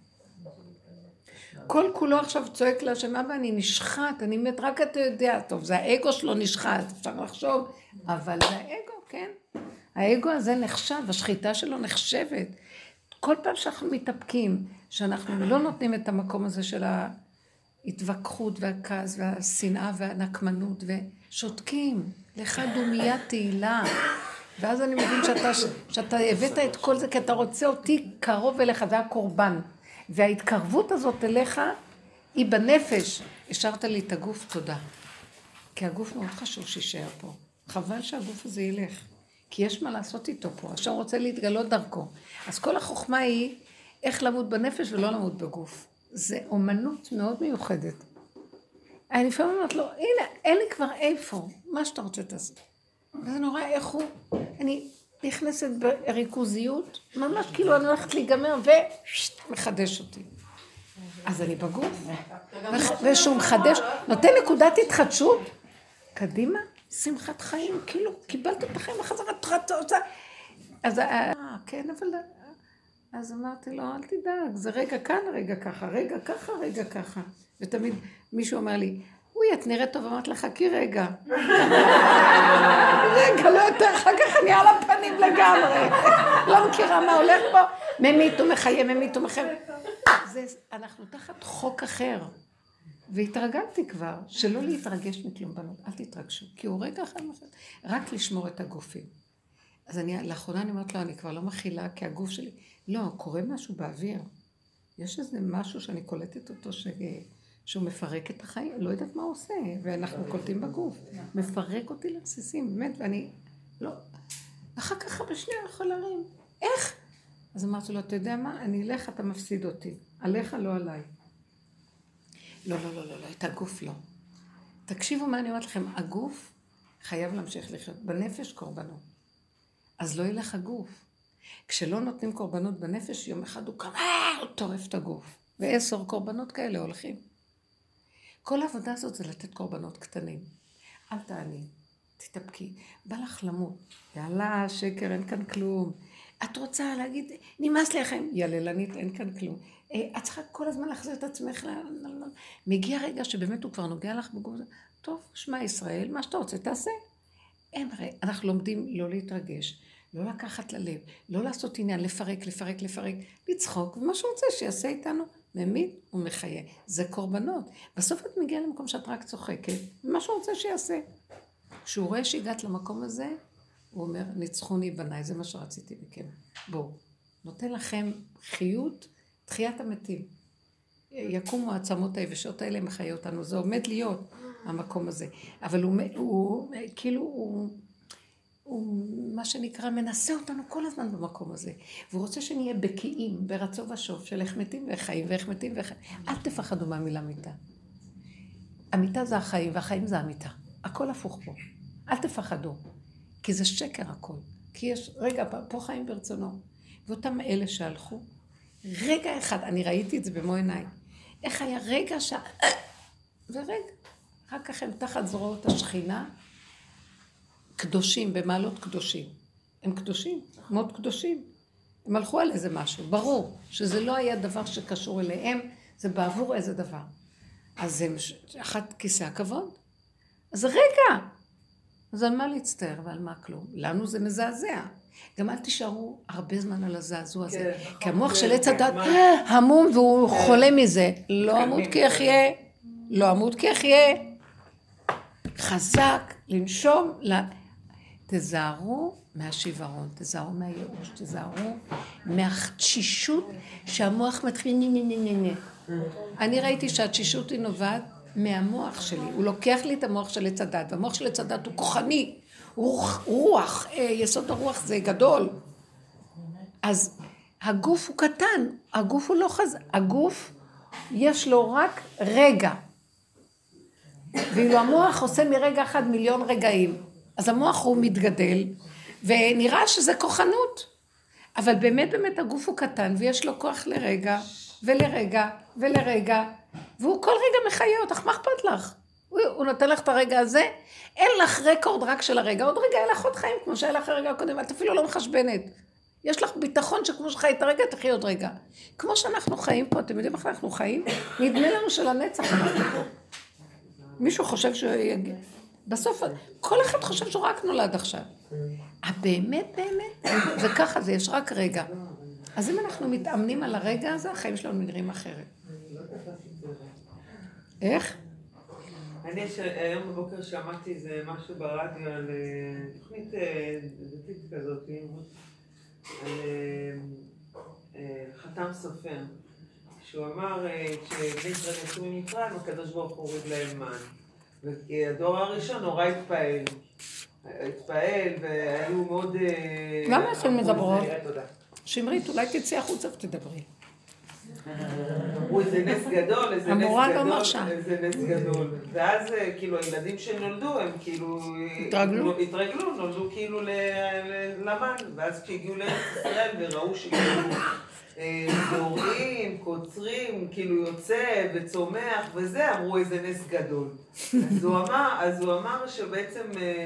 כל כולו עכשיו צועק להשם, אבא, אני נשחט, אני מת, רק אתה יודע, טוב, זה האגו שלו נשחט, אפשר לחשוב, אבל זה האגו, כן? האגו הזה נחשב, השחיטה שלו נחשבת. כל פעם שאנחנו מתאפקים, שאנחנו לא נותנים את המקום הזה של ההתווכחות והכעס והשנאה והנקמנות, ושותקים, לך דומיית תהילה. ואז אני מבין שאתה הבאת את כל זה, כי אתה רוצה אותי קרוב אליך, זה הקורבן. וההתקרבות הזאת אליך היא בנפש. השארת לי את הגוף, תודה. כי הגוף מאוד חשוב שישאר פה. חבל שהגוף הזה ילך. כי יש מה לעשות איתו פה. השם רוצה להתגלות דרכו. אז כל החוכמה היא איך למות בנפש ולא למות בגוף. זה אומנות מאוד מיוחדת. אני לפעמים אומרת לו, הנה, אין לי כבר איפה, מה שאתה רוצה תעשה. וזה נורא איך הוא, אני נכנסת בריכוזיות, ממש כאילו אני הולכת להיגמר ומחדש אותי. אז אני בגוף, ושהוא מחדש, נותן נקודת התחדשות, קדימה, שמחת חיים, כאילו קיבלת את החיים בחזרת תחדשות. אז כן, אבל... אז אמרתי לו, אל תדאג, זה רגע כאן, רגע ככה, רגע ככה, רגע ככה. ותמיד מישהו אומר לי, אוי, את נראית טוב, אמרת לך, כי רגע. רגע, לא יותר, אחר כך אני על הפנים לגמרי. לא מכירה מה הולך פה, ממית ומחיה, ממית ומחיה. אנחנו תחת חוק אחר. והתרגלתי כבר, שלא להתרגש מכלום בנות, אל תתרגשו, כי הוא רגע אחד מחר, רק לשמור את הגופים. אז לאחרונה אני אומרת לו, אני כבר לא מכילה, כי הגוף שלי, לא, קורה משהו באוויר. יש איזה משהו שאני קולטת אותו, שהוא מפרק את החיים, לא יודעת מה הוא עושה, ואנחנו קולטים בגוף. מפרק אותי לרסיסים, באמת, ואני, לא. אחר כך בשנייה אני יכול להרים. איך? אז אמרתי לו, אתה יודע מה? אני אלך, אתה מפסיד אותי. עליך, לא עליי. לא, לא, לא, לא, לא, את הגוף לא. תקשיבו מה אני אומרת לכם, הגוף חייב להמשיך לחיות. בנפש קורבנות. אז לא ילך הגוף. כשלא נותנים קורבנות בנפש, יום אחד הוא הוא טורף את הגוף. ו10 קורבנות כאלה הולכים. כל העבודה הזאת זה לתת קורבנות קטנים. אל תעני, תתאפקי. בא לך למות. יאללה, שקר, אין כאן כלום. את רוצה להגיד, נמאס לכם. יללנית, אין כאן כלום. את צריכה כל הזמן להחזיר את עצמך. מגיע רגע שבאמת הוא כבר נוגע לך בגוף. טוב, שמע ישראל, מה שאתה רוצה, תעשה. אנחנו לומדים לא להתרגש, לא לקחת ללב, לא לעשות עניין, לפרק, לצחוק, ומה שהוא רוצה שיעשה איתנו, ממית ומחיה. זה קורבנות. בסוף את מגיעה למקום שאת רק צוחקת, ומה שהוא רוצה שיעשה. כשהוא רואה שהגעת למקום הזה, הוא אומר, ניצחוני בניי, זה מה שרציתי מכם. בואו, נותן לכם חיות, תחיית המתים. יקומו העצמות היבשות האלה, מחיה אותנו, זה עומד להיות המקום הזה. אבל הוא כאילו, הוא מה שנקרא, מנסה אותנו כל הזמן במקום הזה. והוא רוצה שנהיה בקיאים, ברצו ושוב, של איך מתים וחיים, ואיך מתים וחיים. אל תפחדו מהמילה מיטה. המיטה זה החיים, והחיים זה המיטה. הכל הפוך פה. אל תפחדו. כי זה שקר הכל. כי יש, רגע, פה חיים ברצונו. ואותם אלה שהלכו, רגע אחד, אני ראיתי את זה במו עיניי. איך היה רגע ורגע, אחר כך הם תחת זרועות השכינה, קדושים, במעלות קדושים. הם קדושים, מאוד קדושים. הם הלכו על איזה משהו, ברור שזה לא היה דבר שקשור אליהם, זה בעבור איזה דבר. אז הם אחת כיסא הכבוד. אז רגע, אז על מה להצטער ועל מה כלום? לנו זה מזעזע. גם אל תישארו הרבה זמן על הזעזוע הזה. כי המוח של עץ הדת המום והוא חולה מזה. לא אמות כי אחיה, לא אמות כי אחיה. חזק, לנשום, תזהרו מהשיוורון, תזהרו מהייאוש, תזהרו מהתשישות שהמוח מתחיל נה. אני ראיתי שהתשישות היא נובעת מהמוח שלי. הוא לוקח לי את המוח של עץ הדת, והמוח של עץ הדת הוא כוחני. רוח, יסוד הרוח זה גדול. אז הגוף הוא קטן, הגוף הוא לא חזק, הגוף יש לו רק רגע. ואילו המוח עושה מרגע אחד 1,000,000 רגעים. אז המוח הוא מתגדל, ונראה שזה כוחנות. אבל באמת הגוף הוא קטן, ויש לו כוח לרגע, ולרגע, והוא כל רגע מחיה אותך, מה אכפת לך? הוא נותן לך את הרגע הזה, אין לך רקורד רק של הרגע, עוד רגע אין לך עוד חיים, כמו שהיה לך הרגע הקודם, את אפילו לא מחשבנת. יש לך ביטחון שכמו שחי את הרגע, תחי עוד רגע. כמו שאנחנו חיים פה, אתם יודעים איך אנחנו חיים? נדמה לנו של הנצח אנחנו פה. מישהו חושב שהוא יגיע. בסוף, כל אחד חושב שהוא רק נולד עכשיו. באמת, זה ככה, זה יש רק רגע. אז אם אנחנו מתאמנים על הרגע הזה, החיים שלנו נראים אחרת. איך? אני היום בבוקר שמעתי איזה משהו ברדיו על תוכנית דתית כזאת, על חתם סופר, שהוא אמר כשבני ישראל יצאו ממצרים, הקדוש ברוך הוא הוריד להם מן. והדור הראשון נורא התפעל והיו מאוד... למה אתן מדברות? שמרית, אולי תצאי החוצה ותדברי. אמרו איזה נס גדול, איזה נס המורה לא גדול, מרשה. איזה נס גדול. ואז כאילו הילדים שנולדו, הם כאילו... התרגלו, נולדו כאילו למן. ואז כשהגיעו לארץ ישראל וראו שכאילו זורעים, קוצרים, כאילו יוצא וצומח וזה, אמרו איזה נס גדול. אז הוא אמר שבעצם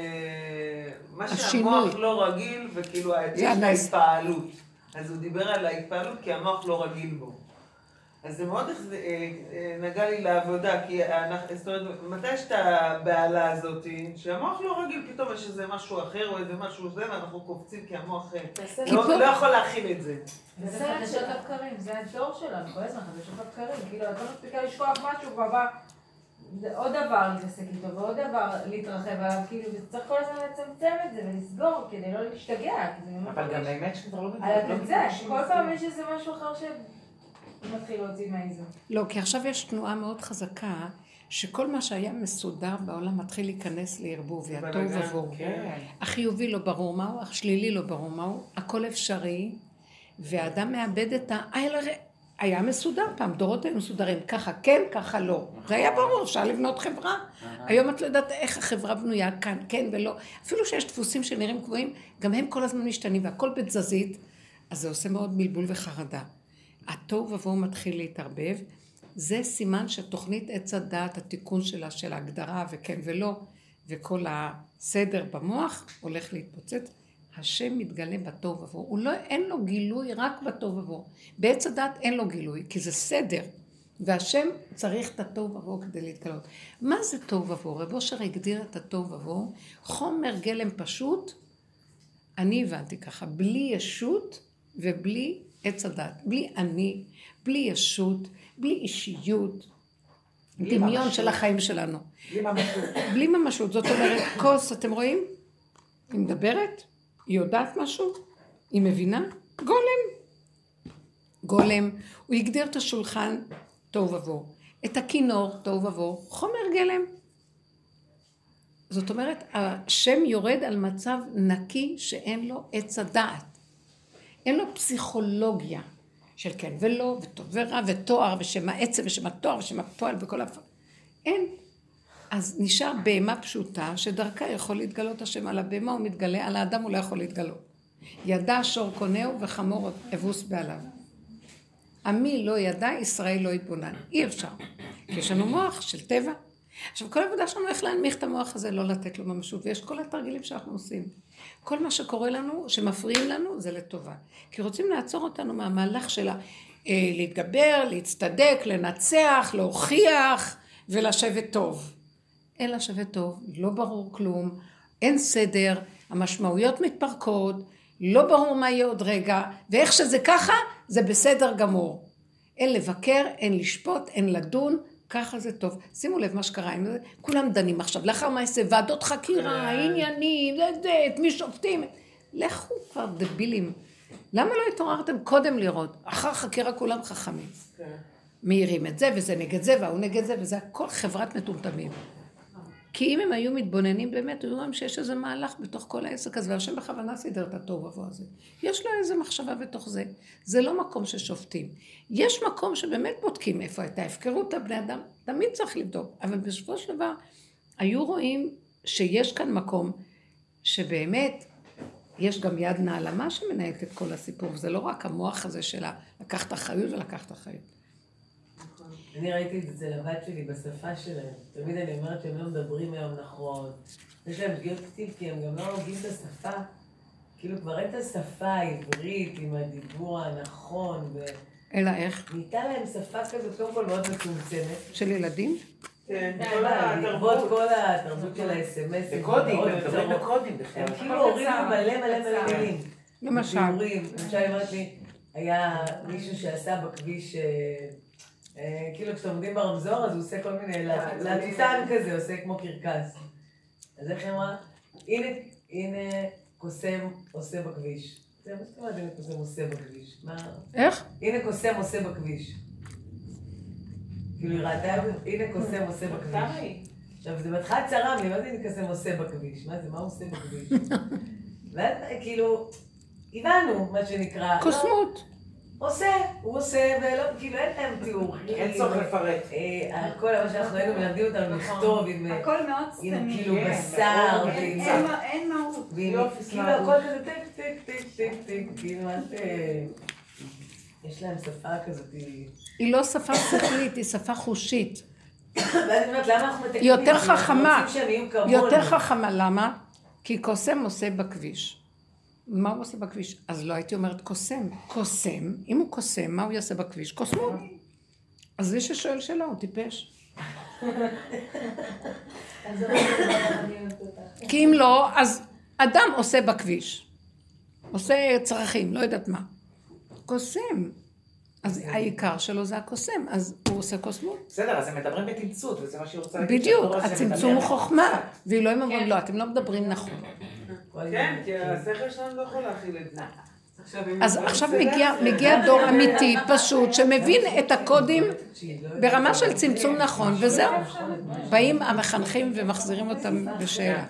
מה שהמוח לא רגיל וכאילו יש לה התפעלות. אז הוא דיבר על ההתפעלות כי המוח לא רגיל בו. אז זה מאוד נגע לי לעבודה, כי זאת אומרת, מתי יש את הבעלה הזאת, שהמוח לא רגיל, פתאום יש איזה משהו אחר או איזה משהו זה, ואנחנו קופצים כי המוח לא יכול להכין את זה. זה חדשות לבקרים, זה הדור שלנו, כל הזמן חדשות לבקרים, כאילו, אתה לא מספיקה לשכוח משהו, ובא עוד דבר להתעסק איתו, ועוד דבר להתרחב עליו, כאילו, וצריך כל הזמן לצמצם את זה ולסגור, כדי לא להשתגע, אבל גם באמת שכבר לא כל פעם יש איזה משהו אחר מתחיל להוציא מהאיזון. לא, כי עכשיו יש תנועה מאוד חזקה, שכל מה שהיה מסודר בעולם מתחיל להיכנס לערבוב, והטוב ובוהו. החיובי לא ברור מהו, השלילי לא ברור מהו, הכל אפשרי, והאדם מאבד את היה מסודר פעם, דורות היו מסודרים, ככה כן, ככה לא. זה היה ברור, אפשר לבנות חברה. היום את לא יודעת איך החברה בנויה כאן, כן ולא. אפילו שיש דפוסים שנראים קבועים, גם הם כל הזמן משתנים, והכל בתזזית, אז זה עושה מאוד בלבול וחרדה. הטוב ובוהו מתחיל להתערבב, זה סימן שתוכנית עץ הדעת, התיקון שלה, של ההגדרה וכן ולא, וכל הסדר במוח הולך להתפוצץ. השם מתגלה בטוב ובוהו, אין לו גילוי רק בטוב ובוהו. בעץ הדעת אין לו גילוי, כי זה סדר, והשם צריך את הטוב ובוהו כדי להתגלות. מה זה טוב ובוהו? רב אושר הגדיר את הטוב ובוהו, חומר גלם פשוט, אני הבנתי ככה, בלי ישות ובלי עץ הדעת, בלי אני, בלי ישות, בלי אישיות, דמיון של החיים שלנו. בלי ממשות. בלי ממשות, זאת אומרת, כוס, אתם רואים? היא מדברת, היא יודעת משהו, היא מבינה, גולם. הוא הגדיר את השולחן טוב ובוהו, את הכינור טוב ובוהו, חומר גלם. זאת אומרת, השם יורד על מצב נקי שאין לו עץ הדעת. אין לו פסיכולוגיה של כן ולא, וטוב ורע, ותואר, ושם העצב, ושם התואר, ושם הפועל, וכל הפעם. אין. אז נשאר בהמה פשוטה, שדרכה יכול להתגלות השם. על הבהמה הוא מתגלה, על האדם הוא לא יכול להתגלות. ידע שור קונהו וחמור אבוס בעליו. עמי לא ידע, ישראל לא יתבונן. אי אפשר. כי יש לנו מוח של טבע. עכשיו, כל העבודה שלנו איך להנמיך את המוח הזה, לא לתת לו ממשות, ויש כל התרגילים שאנחנו עושים. כל מה שקורה לנו, שמפריעים לנו, זה לטובה. כי רוצים לעצור אותנו מהמהלך שלה, להתגבר, להצטדק, לנצח, להוכיח ולשבת טוב. אין לשבת טוב, לא ברור כלום, אין סדר, המשמעויות מתפרקות, לא ברור מה יהיה עוד רגע, ואיך שזה ככה, זה בסדר גמור. אין לבקר, אין לשפוט, אין לדון, ככה זה טוב. שימו לב מה שקרה, כולם דנים עכשיו, לאחר מה יעשה, ועדות חקירה, עניינים, את מי שופטים. לכו כבר דבילים. למה לא התעוררתם קודם לראות? אחר חקירה כולם חכמים. מהירים את זה, וזה נגד זה, והוא נגד זה, וזה הכל חברת מטומטמים. כי אם הם היו מתבוננים באמת, היו רואים שיש איזה מהלך בתוך כל העסק הזה, והשם בכוונה סידר את הטוב ובוהו הזה. יש לו איזה מחשבה בתוך זה. זה לא מקום ששופטים. יש מקום שבאמת בודקים איפה הייתה הפקרות הבני אדם, תמיד צריך לבדוק. אבל בסופו של דבר, היו רואים שיש כאן מקום שבאמת יש גם יד נעלמה שמנהלת את כל הסיפור, וזה לא רק המוח הזה שלה, לקחת אחריות ולקחת אחריות. אני ראיתי את זה לבת שלי בשפה שלהם. תמיד אני אומרת שהם לא מדברים היום נכון. יש להם פגיעות כתיב כי הם גם לא הוגים את השפה. כאילו כבר אין את השפה העברית עם הדיבור הנכון. אלא איך? ניתן להם שפה כזאת, קודם כל מאוד מצומצמת. של ילדים? כן, כל התרבות של ה-SMS. בקודים, הם מדברים בקודים בכלל. הם כאילו הורידו מלא מילים. למשל. למשל אמרת לי, היה מישהו שעשה בכביש, כאילו כשאתם עומדים ברמזור, אז הוא עושה כל מיני, לטיסן כזה, עושה כמו קרקס. אז איך אמרה? הנה קוסם עושה בכביש. זה מה זאת אומרת, הנה קוסם עושה בכביש. איך? הנה קוסם עושה בכביש. כאילו היא ראתה, הנה קוסם עושה בכביש. עכשיו זה בהתחלה צרם לי, מה זה הנה קוסם עושה בכביש? מה זה, מה הוא עושה בכביש? ואז כאילו, הבנו מה שנקרא. קוסמות. הוא עושה, ולא, כאילו אין להם תיאור. אין צורך לפרט. כל מה שאנחנו היינו מלמדים אותנו לכתוב הכל מאוד סתמי. כאילו בשר, אין מהות. כאילו הכל כזה טק, טק, טק, טק, טק, כאילו יש להם שפה כזאת. היא לא שפה שכלית, היא שפה חושית. ואז אני אומרת, למה אנחנו מתקנים? היא יותר חכמה. רוצים שהם יהיו כמונו. יותר חכמה, למה? כי קוסם עושה בכביש. מה הוא עושה בכביש? אז לא הייתי אומרת קוסם. קוסם, אם הוא קוסם, מה הוא יעשה בכביש? קוסמו. אז זה ששואל שאלה, הוא טיפש. כי אם לא, אז אדם עושה בכביש. עושה צרכים, לא יודעת מה. קוסם. אז העיקר שלו זה הקוסם, אז הוא עושה קוסמות. בסדר, אז הם מדברים בתמצות, וזה מה שהיא רוצה להגיד. בדיוק, הצמצום הוא חוכמה. ואלוהים אומרים, לא, אתם לא מדברים נכון. כן, כי השכל שלנו לא יכול להכיל את זה. אז עכשיו מגיע דור אמיתי, פשוט, שמבין את הקודים ברמה של צמצום נכון, וזהו. באים המחנכים ומחזירים אותם בשאלה.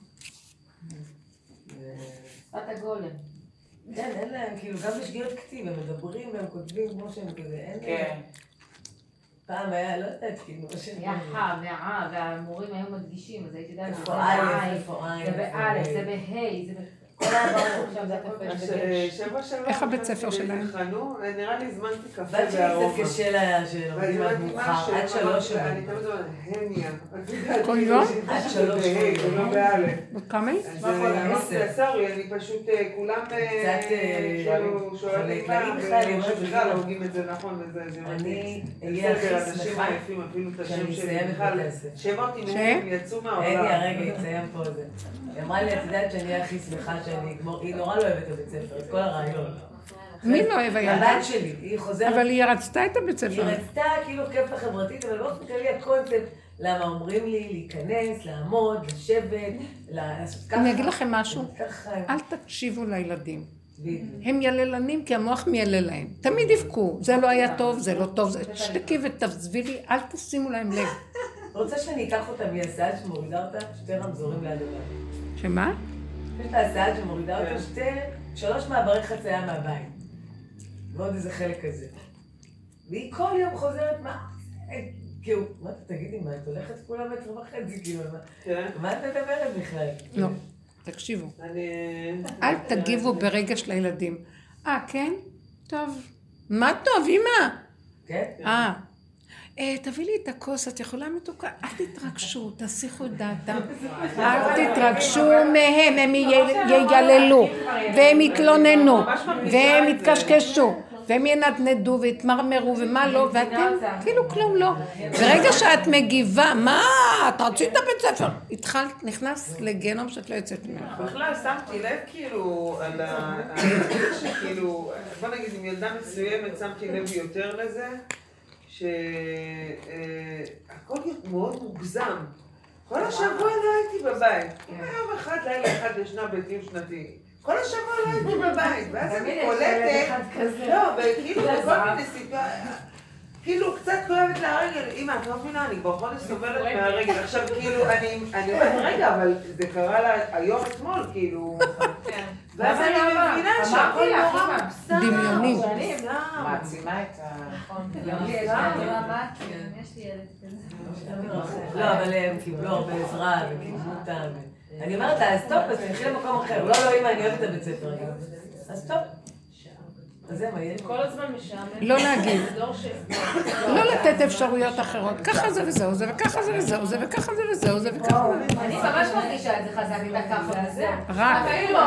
שפת הגולם. כן, אין להם, כאילו, גם בשגיאות כתיב, הם מדברים והם כותבים כמו שהם כזה, אין להם. פעם היה, לא יודעת, כאילו, היה חם, והמורים היו מדגישים, אז הייתי יודעת, איפה א', איפה ע', זה בא', זה בה', זה כל היה ברור, עכשיו זה התפש. שבוע שעבר, איך הבית ספר שלהם? נראה לי הזמנתי קפה בת שלי בארומה. קצת קשה לה שלומדים עד מאוחר, עד 3 שנים. אני תמיד אומרת, הניה. כל יום? עד 3 שנים. ולא באלף. כמה? אז אמרתי לה, סורי, אני פשוט, כולם שואלים מה, ובכלל לא הוגים את זה נכון, וזה אני אהיה הכי שמחה אפילו את השם שאני שלי, אסיים את בכלל, בית הספר. שמות אימונים יצאו מהעולם. רגע, יציין פה זה. היא אמרה לי, את יודעת שאני אהיה הכי שמחה שאני אגמור, היא נורא לא אוהבת את הבית ספר, את כל הרעיון. מי לא אוהב הילדה? הבת שלי, היא חוזרת... אבל היא רצתה את הבית היא ספר. רצתה כאילו כיף החברתית, אבל באופן כללי הקונספט, למה אומרים לי להיכנס, לעמוד, לשבת, לעשות ככה. אני אגיד לכם משהו, ככה. אל תקשיבו לילדים. הם יללנים כי המוח מיילל להם. תמיד יבכו, זה לא היה טוב, זה לא טוב, שתקי ותעזבי לי, אל תשימו להם לב. רוצה שאני אקח אותה מהסעה שמורידה אותה 2 רמזורים ליד הבית. שמה? יש את ההסעה שמורידה אותה 3 מעברי חצייה מהבית. ועוד איזה חלק כזה. והיא כל יום חוזרת, כאילו, מה אתה תגידי, מה, את הולכת כולה 1.5 מטר, כאילו, מה את מדברת בכלל? לא, תקשיבו. אל תגיבו ברגש לילדים. כן? טוב. מה טוב, אמא? כן? תביא לי את הכוס, את יכולה מתוקה? אל תתרגשו, תסיכו את דעתם. אל תתרגשו מהם, הם יללו, והם יתלוננו, והם יתקשקשו, והם ינדנדו ויתמרמרו ומה לא, ואתם כאילו כלום לא. ברגע שאת מגיבה, מה? את רצית בית ספר. התחלת, נכנס לגנום שאת לא יוצאת ממנו. בכלל שמתי לב כאילו על שכאילו, בוא נגיד עם ילדה מסוימת שמתי לב יותר לזה, שהכל מאוד מוגזם. כל השבוע לא הייתי בבית. יום אחד, לילה אחד ישנה בטיול שנתי. כל השבוע לא הייתי בבית. ואז אני קולטת, לא, וכאילו בכל מיני סיטואציות, כאילו קצת כואבת להרגל. אמא, את לא מבינה, אני כבר חודש סובלת מהרגל. עכשיו כאילו, אני אומרת, רגע, אבל זה קרה לה היום אתמול, כאילו. ואז אני מבינה שהכל נורא מוגזם. דמיוני. מעצימה את ה... יש לי ילד כזה. לא, אבל הם קיבלו הרבה עזרה וקיבלו אותם. אני אומרת לה, אז טוב, אז תלכי למקום אחר. לא, אמא, אני אוהבת את הבית ספר. אז טוב. אז זה מה יש? כל הזמן משעמם. לא להגיד. לא לתת אפשרויות אחרות. ככה זה וזהו זה, וככה זה וזהו זה, וככה זה וזהו זה, וככה זה. אני ממש מרגישה את זה חזק, את הככה וזה. רק. אפילו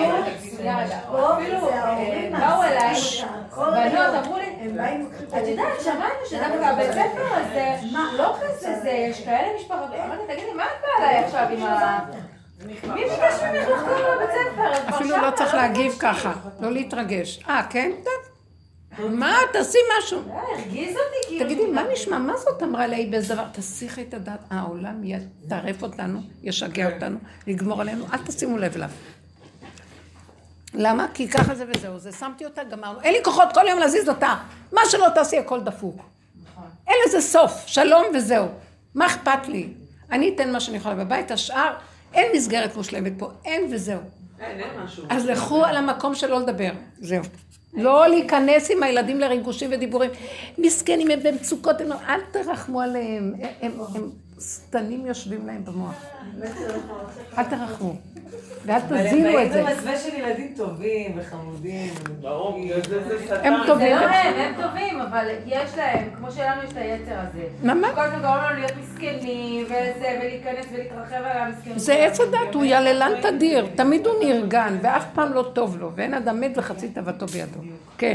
באו אליי, בנות אמרו לי, את יודעת, שמענו שדווקא הבית ספר הזה, לא כזה זה, יש כאלה משפחות, אמרתי, תגידי, מה את באה עליי עכשיו עם ה... מי ביקש ממך לחזור לבית ספר? אפילו לא צריך להגיב ככה, לא להתרגש. כן? טוב. מה? תעשי משהו. הרגיז אותי כאילו. תגידי, מה נשמע? מה זאת אמרה לי באיזה דבר? תסיכי את הדעת. העולם יטרף אותנו, ישגע אותנו, יגמור עלינו. אל תשימו לב לה. למה? כי ככה זה וזהו. זה שמתי אותה, גמרנו. אין לי כוחות כל יום להזיז אותה. מה שלא תעשי, הכל דפוק. אין לזה סוף. שלום וזהו. מה אכפת לי? אני אתן מה שאני יכולה בבית, השאר, אין מסגרת מושלמת פה. אין וזהו. אין משהו. אז לכו על המקום שלא לדבר. זהו. לא להיכנס עם הילדים לריגושים ודיבורים. מסכנים, הם במצוקות, אל תרחמו עליהם. הם סתנים יושבים להם במוח. אל תרחמו. ואל תזינו את זה. אבל הם באים במסווה של ילדים טובים וחמודים. ברור, זה סתם. הם טובים. זה לא הם טובים, אבל יש להם, כמו שלנו יש את היצר הזה. ממש. כל הזמן גורם לנו להיות מסכנים, וזה, ולהיכנס ולהתרחב על המסכנים. זה עץ הדת, הוא יללן תדיר, תמיד הוא נרגן, ואף פעם לא טוב לו, ואין אדם מת וחצי תאוותו בידו. כן.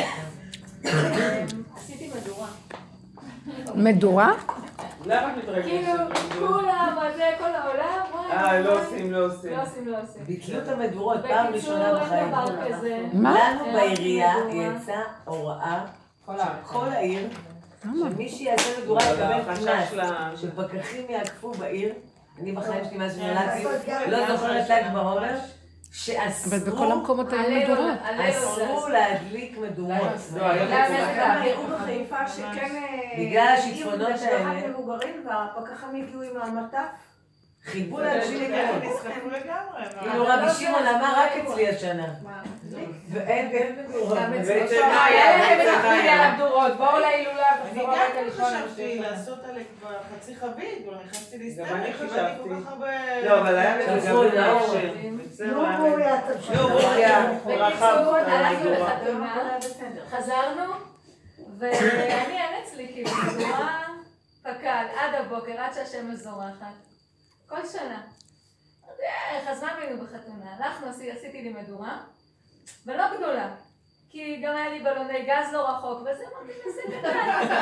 עשיתי מדורה. מדורה? למה את מתרגשת? כאילו, כולם, זה, כל העולם, לא עושים. לא עושים. ביטלו את המדורות פעם ראשונה בקיצור, בחיים. אין דבר כזה. מה? לנו בעירייה יצאה הוראה כל העיר, שמי שיעשה מדורה יקבל קנס, שפקחים יעקפו בעיר. אני בחיים שלי מאז שנולדתי, לא זוכרת ל"ג בעומר, אבל בכל המקומות היו מדורות. אסרו להדליק מדורות. הראו בחיפה שכן... בגלל השיטפונות האלה. משפחת מבוגרים והפקחים הגיעו עם המטף. חיבו לאנשים לגמרי. נסחפו לגמרי. כאילו רבי שמעון אמר רק אצלי השנה. ואין מדורות. היה לכם את החולי על המדורות, בואו להילולה אני וחזרו גם הביתה לישון. חשבתי לעשות עליה כבר חצי חבית, כבר נכנסתי להסתכל, גם אני חשבתי כל חשבתי. כך הרבה... לא, אבל היה לזה גם אושר. לא, בוריה. בקיצור, הלכנו לחתונה, חזרנו, ואני אין אצלי כאילו מדורה פקד עד הבוקר, עד שהשמש זורחת. כל שנה. חזרנו היינו בחתונה, הלכנו, עשיתי לי מדורה, ולא גדולה. כי גם היה לי בלוני גז לא רחוק, וזה אמרתי לי, זה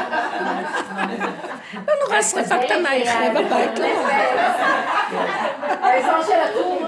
לא נורא, שריפה קטנה, יחיה בבית, לא. האזור של הטור.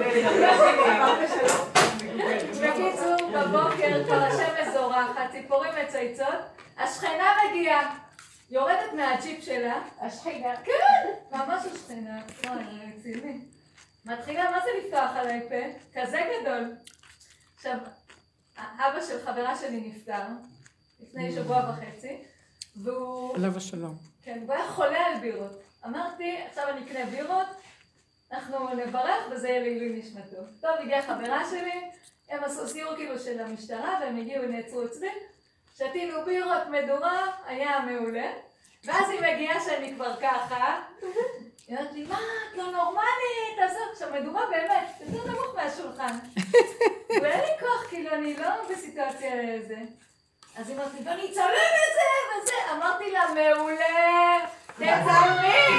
בקיצור, בבוקר כבר השמש זורחת, ציפורים מצייצות, השכנה מגיעה, יורדת מהג'יפ שלה, השכנה, כן, ממש השכנה, רציני. מתחילה, מה זה לפתוח עליי פה? כזה גדול. עכשיו, אבא של חברה שלי נפטר, לפני שבוע וחצי, והוא... עליו השלום. כן, הוא היה חולה על בירות. אמרתי, עכשיו אני אקנה בירות, אנחנו נברך וזה יהיה לעילוי נשמתו. טוב, הגיעה חברה שלי, הם עשו סיור כאילו של המשטרה, והם הגיעו, נעצרו אצלי, שתינו בירות, מדורה, היה מעולה, ואז היא מגיעה שאני כבר ככה, היא אומרת לי, מה, את לא נורמלית, תעזוב, עכשיו מדורה באמת, יותר נמוך מהשולחן. ואין לי כוח, כאילו, אני לא בסיטואציה לזה. אז היא אמרת לי, ואני אצלם את זה וזה, אמרתי לה, מעולה, תצלמי!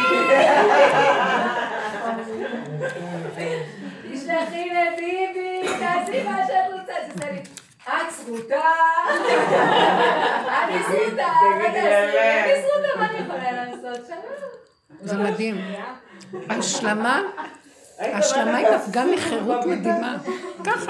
תשלחי לביבי, תעשי מה שאת רוצה, זה עושה לי, את זכותה, אני זכותה, אני זכותה, מה אני יכולה לעשות? שלום. זה מדהים. השלמה היא גם מחירות מדהימה. ככה.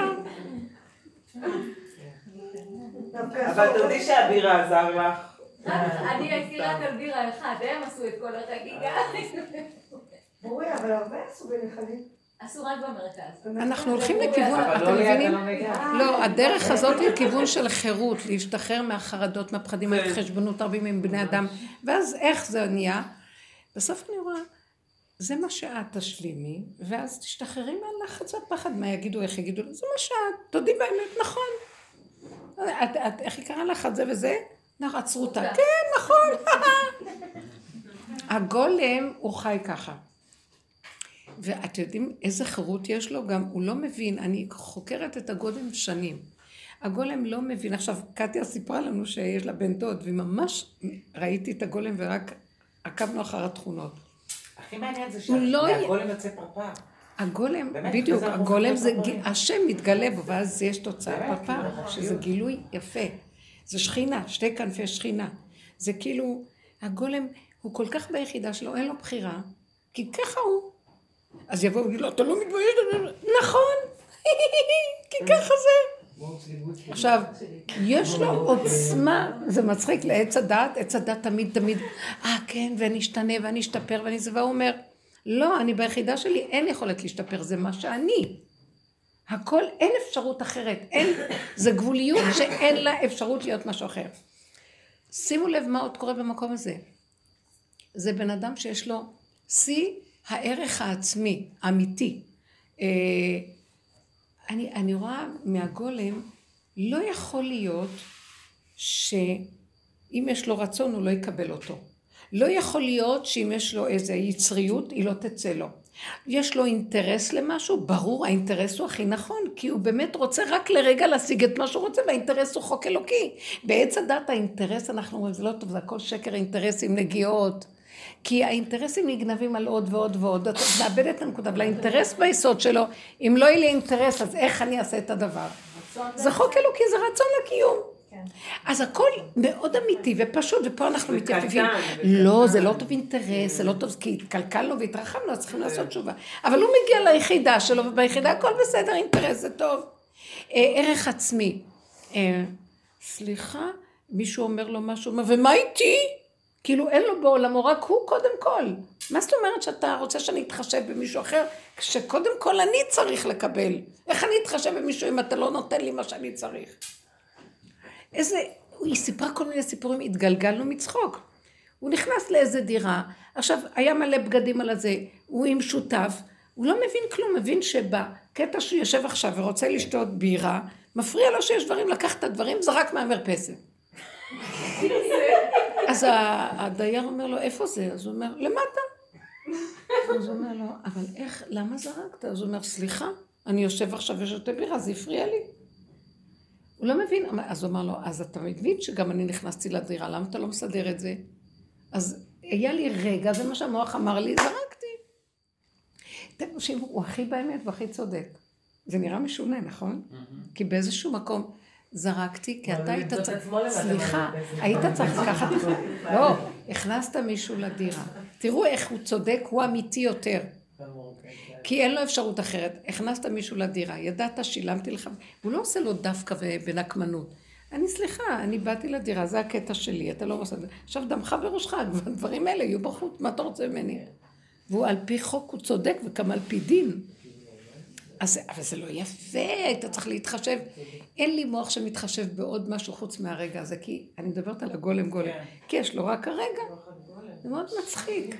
אבל תודי שהבירה עזר לך. אני הייתי רק על בירה אחד, הם עשו את כל החגיגה. בואי, אבל הרבה עשו בנחלים. עשו רק במרכז. אנחנו הולכים לכיוון, אתם מבינים? לא, הדרך הזאת היא כיוון של חירות, להשתחרר מהחרדות, מהפחדים, מההתחשבנות הרבה עם בני אדם, ואז איך זה נהיה? בסוף אני רואה, זה מה שאת תשלימי, ואז תשתחררי מהלחץ והפחד, מה יגידו, איך יגידו, זה מה שאת, תודי באמת, נכון. איך יקרה לך את זה וזה? עצרו אותה, כן, נכון. הגולם הוא חי ככה. ואת יודעים איזה חירות יש לו? גם הוא לא מבין, אני חוקרת את הגולם שנים. הגולם לא מבין, עכשיו קטיה סיפרה לנו שיש לה בן דוד, וממש ראיתי את הגולם ורק עקבנו אחר התכונות. הכי מעניין זה לא שהגולם יוצא פרפר. הגולם, בדיוק, הגולם זה, השם מתגלה בו, ואז יש תוצאה פרפר, שזה גילוי יפה. זה שכינה, שתי כנפי שכינה. זה כאילו, הגולם הוא כל כך ביחידה שלו, אין לו בחירה, כי ככה הוא. אז יבואו ויגידו לו, אתה לא מתבייש? נכון, כי ככה זה. עכשיו, יש לו עוצמה, זה מצחיק לעץ הדת, עץ הדת תמיד, כן, ואני אשתנה ואני אשתפר ואני זה, והוא אומר, לא, אני ביחידה שלי, אין יכולת להשתפר, זה מה שאני. הכל, אין אפשרות אחרת, זה גבוליות שאין לה אפשרות להיות משהו אחר. שימו לב מה עוד קורה במקום הזה. זה בן אדם שיש לו שיא הערך העצמי, אמיתי. אני רואה מהגולם לא יכול להיות שאם יש לו רצון הוא לא יקבל אותו. לא יכול להיות שאם יש לו איזו יצריות היא לא תצא לו. יש לו אינטרס למשהו, ברור, האינטרס הוא הכי נכון, כי הוא באמת רוצה רק לרגע להשיג את מה שהוא רוצה, והאינטרס הוא חוק אלוקי. בעץ הדת האינטרס, אנחנו אומרים, זה לא טוב, זה הכל שקר, אינטרסים, נגיעות, כי האינטרסים נגנבים על עוד ועוד ועוד, אתה מאבד את הנקודה, אבל האינטרס ביסוד שלו, אם לא יהיה לי אינטרס, אז איך אני אעשה את הדבר? זה חוק אלוקי, זה רצון לקיום. אז הכל מאוד אמיתי ופשוט, ופה אנחנו מתייפפים. לא, זה לא טוב אינטרס, זה לא טוב, כי התקלקלנו והתרחבנו, אז צריכים לעשות תשובה. אבל הוא מגיע ליחידה שלו, וביחידה הכל בסדר, אינטרס זה טוב. ערך עצמי. סליחה, מישהו אומר לו משהו, ומה איתי? כאילו אין לו בעולמו, רק הוא קודם כל. מה זאת אומרת שאתה רוצה שאני אתחשב במישהו אחר, כשקודם כל אני צריך לקבל? איך אני אתחשב במישהו אם אתה לא נותן לי מה שאני צריך? היא סיפרה כל מיני סיפורים, התגלגלנו מצחוק. הוא נכנס לאיזה דירה, עכשיו היה מלא בגדים על הזה, הוא עם שותף, הוא לא מבין כלום, מבין שבקטע שהוא יושב עכשיו ורוצה לשתות בירה, מפריע לו שיש דברים, לקח את הדברים, זרק מהמרפסת. אז הדייר אומר לו, איפה זה? אז הוא אומר, למטה. אז הוא אומר לו, אבל איך, למה זרקת? אז הוא אומר, סליחה, אני יושב עכשיו ושותה בירה, זה הפריע לי. הוא לא מבין, אז הוא אמר לו, אז אתה מבין שגם אני נכנסתי לדירה, למה אתה לא מסדר את זה? אז היה לי רגע, זה מה שהמוח אמר לי, זרקתי. אתם חושבים, הוא הכי באמת והכי צודק. זה נראה משונה, נכון? כי באיזשהו מקום זרקתי, כי אתה היית צריך, סליחה, היית צריך לקחת, לא, הכנסת מישהו לדירה. תראו איך הוא צודק, הוא אמיתי יותר. כי אין לו אפשרות אחרת. הכנסת מישהו לדירה, ידעת, שילמתי לך, הוא לא עושה לו דווקא ובנקמנות. אני סליחה, אני באתי לדירה, זה הקטע שלי, אתה לא עושה את זה. עכשיו דמך בראשך, הדברים האלה יהיו בחוץ, מה אתה רוצה ממני? והוא על פי חוק, הוא צודק, וכמה על פי דין. אבל זה לא יפה, אתה צריך להתחשב. אין לי מוח שמתחשב בעוד משהו חוץ מהרגע הזה, כי אני מדברת על הגולם גולם, כי יש לו רק הרגע. זה מאוד מצחיק.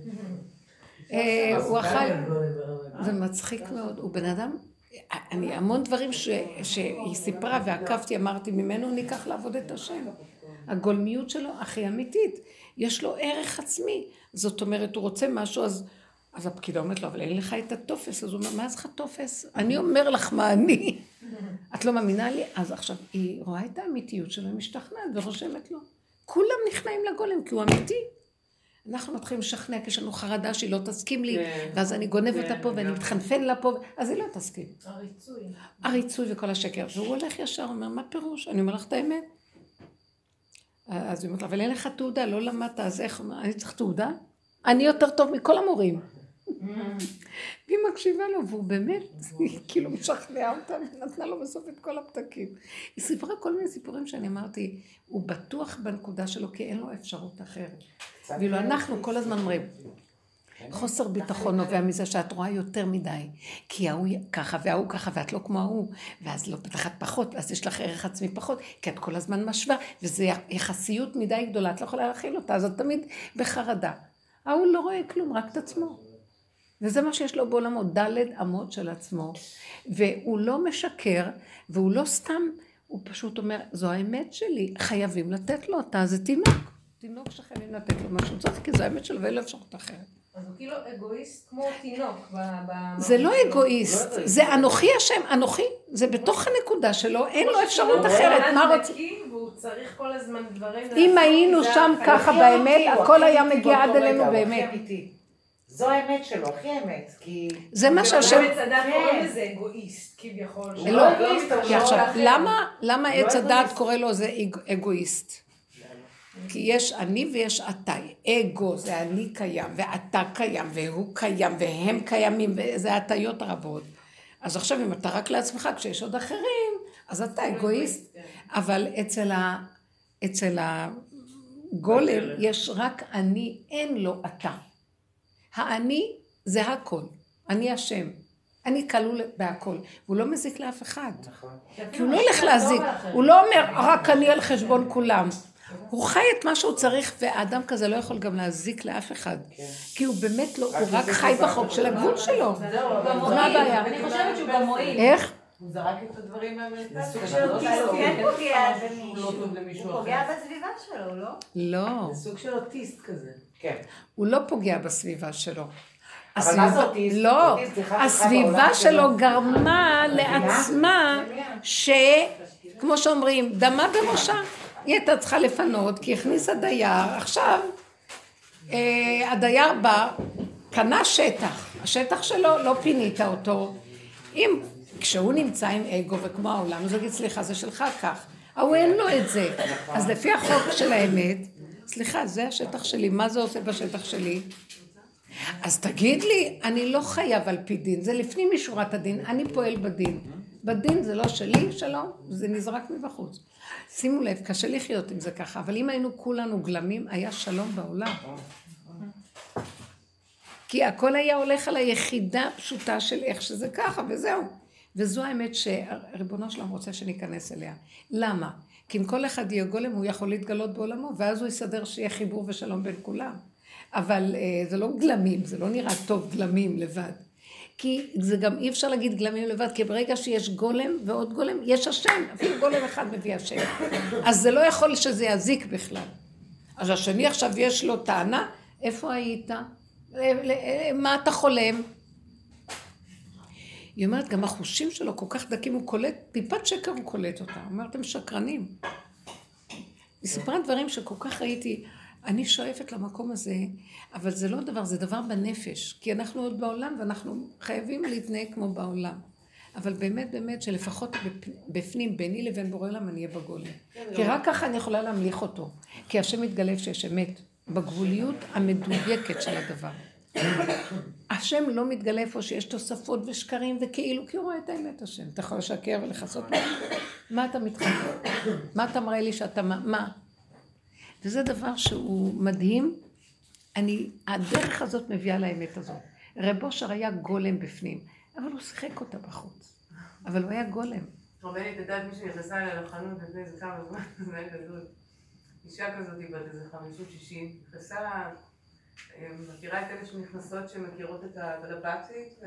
הוא אכל, זה מצחיק מאוד, הוא בן אדם, אני המון דברים שהיא סיפרה ועקבתי, אמרתי ממנו ניקח לעבוד את השם. הגולמיות שלו הכי אמיתית, יש לו ערך עצמי, זאת אומרת הוא רוצה משהו, אז הפקידה אומרת לו, אבל אין לך את התופס, אז הוא אומר, מה זה לך תופס? אני אומר לך מה אני, את לא מאמינה לי? אז עכשיו היא רואה את האמיתיות שלו, היא משתכנעת ורושמת לו, כולם נכנעים לגולם כי הוא אמיתי. אנחנו מתחילים לשכנע כי יש לנו חרדה שהיא לא תסכים לי, ואז אני גונב אותה פה ואני מתחנפן לה פה, אז היא לא תסכים. הריצוי וכל השקר. והוא הולך ישר, אומר, מה פירוש? אני אומר לך את האמת. אז היא אומרת, אבל אין לך תעודה, לא למדת, אז איך? אני צריך תעודה? אני יותר טוב מכל המורים. והיא מקשיבה לו, והוא באמת, היא כאילו משכנעה אותה, ונתנה לו בסוף את כל הפתקים. היא סיפרה כל מיני סיפורים שאני אמרתי, הוא בטוח בנקודה שלו, כי אין לו אפשרות אחרת. ואילו אנחנו כל הזמן אומרים, חוסר ביטחון נובע מזה שאת רואה יותר מדי, כי ההוא ככה וההוא ככה, ואת לא כמו ההוא, ואז לא פתחת פחות, אז יש לך ערך עצמי פחות, כי את כל הזמן משווה, וזו יחסיות מדי גדולה, את לא יכולה להכיל אותה, אז את תמיד בחרדה. ההוא לא רואה כלום, רק את עצמו. וזה מה שיש לו בעולמו, דלת אמות של עצמו, והוא לא משקר, והוא לא סתם, הוא פשוט אומר, זו האמת שלי, חייבים לתת לו אותה, זה תינוק שחייבים לתת לו משהו צריך, כי זו האמת שלו, ואין לו אפשרות אחרת. אז הוא כאילו אגואיסט כמו תינוק. זה לא אגואיסט, זה אנוכי השם, אנוכי, זה בתוך הנקודה שלו, אין לו אפשרות אחרת, מה רוצה? והוא צריך כל הזמן דברים. אם היינו שם ככה באמת, הכל היה מגיע עד אלינו באמת. זו האמת שלו, הכי אמת, כי... זה מה שהשם... עץ הדעת קוראים לזה אגואיסט, כביכול. לא, כי עכשיו, למה עץ הדעת קורא לו זה אגואיסט? כי יש אני ויש אתה, אגו זה אני קיים, ואתה קיים, והוא קיים, והם קיימים, וזה הטיות הרבות. אז עכשיו אם אתה רק לעצמך, כשיש עוד אחרים, אז אתה אגואיסט, אבל אצל הגולם יש רק אני, אין לו אתה. האני זה הכל, אני השם, אני כלול בהכל, והוא לא מזיק לאף אחד, כי הוא לא הולך להזיק, הוא לא אומר רק אני על חשבון כולם, הוא חי את מה שהוא צריך, והאדם כזה לא יכול גם להזיק לאף אחד, כי הוא באמת לא, הוא רק חי בחוק של הגבול שלו. מה הבעיה? אני חושבת שהוא גם מועיל. איך? הוא זרק את הדברים מהמרכז. סוג של אוטיסט, כן פוגע במישהו. הוא פוגע בסביבה שלו, לא? לא. זה סוג של אוטיסט כזה. כן. הוא לא פוגע בסביבה שלו. אבל מה זה אוטיסט? לא, אוטיסט זה חד הסביבה חד שלו גרמה לעצמה כמו שאומרים, דמה בראשה. היא הייתה צריכה לפנות, כי הכניס הדייר. עכשיו, הדייר בא, קנה שטח. השטח שלו, לא פינית אותו. כשהוא נמצא עם אגו וכמו העולם, אז הוא יגיד, סליחה, זה שלך כך. הוא אין לו את זה. אז לפי החוק של האמת, סליחה, זה השטח שלי, מה זה עושה בשטח שלי? אז תגיד לי, אני לא חייב על פי דין, זה לפנים משורת הדין, אני פועל בדין. בדין זה לא שלי, שלום, זה נזרק מבחוץ. שימו לב, קשה לחיות עם זה ככה, אבל אם היינו כולנו גלמים, היה שלום בעולם. כי הכל היה הולך על היחידה פשוטה של איך שזה ככה, וזהו. וזו האמת שריבונו שלום רוצה שניכנס אליה. למה? כי אם כל אחד יהיה גולם, הוא יכול להתגלות בעולמו, ואז הוא יסדר שיהיה חיבור ושלום בין כולם. אבל זה לא גלמים, זה לא נראה טוב גלמים לבד. כי זה גם אי אפשר להגיד גלמים לבד, כי ברגע שיש גולם ועוד גולם, יש השם, אפילו גולם אחד מביא השם. אז זה לא יכול שזה יזיק בכלל. אז השני עכשיו יש לו טענה, איפה היית? מה אתה חולם? היא אומרת, גם החושים שלו כל כך דקים, הוא קולט, טיפת שקר הוא קולט אותה. הוא אומר, אתם שקרנים. היא סיפרה דברים שכל כך ראיתי, אני שואפת למקום הזה, אבל זה לא דבר, זה דבר בנפש, כי אנחנו עוד בעולם ואנחנו חייבים להתנהג כמו בעולם. אבל באמת, באמת, שלפחות בפנים, ביני לבין בורא עולם, אני אהיה בגולם. כי רק ככה אני יכולה להמליך אותו. כי השם מתגלה שיש אמת, בגבוליות המדויקת של הדבר. השם לא מתגלה איפה שיש תוספות ושקרים וכאילו, כי הוא רואה את האמת השם. אתה יכול לשקר ולחסות מה? מה אתה מתחבר? מה אתה מראה לי שאתה, מה? וזה דבר שהוא מדהים. הדרך הזאת מביאה לאמת הזאת. רב אושר היה גולם בפנים, אבל הוא שיחק אותה בחוץ. אבל הוא היה גולם. רבנית, את יודעת מי שנכנסה אליה לחנות לפני איזה כמה זמן, זה היה גדול. אישה כזאת היא בת איזה 50-60, נכנסה, מכירה את אלה שנכנסות שמכירות את הדרפצית,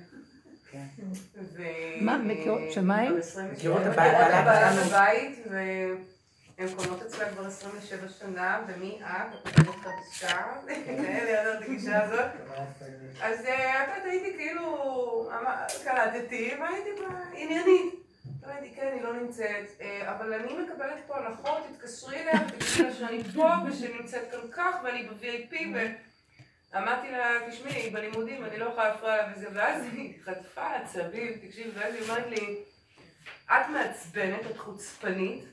מה, מכירות? שמה? מכירות הבית, והן קונות אצלה כבר 27 שנה, ומי את קונות חדשה, כאלה ידעת הגישה הזאת. אז את הייתי כאילו, קלטתי והייתי בעניינית. ראיתי, כן, היא לא נמצאת, אבל אני מקבלת פה הנחות, תתקשרי אליה ותקשרי לה שאני פה ושנמצאת כאן כך ואני ב-VIP ואמרתי לה, תשמעי, היא בלימודים, אני לא יכולה להפריע לה וזה, ואז היא חטפה עצבים, תקשיב, ואז היא אומרת לי, את מעצבנת, את חוצפנית,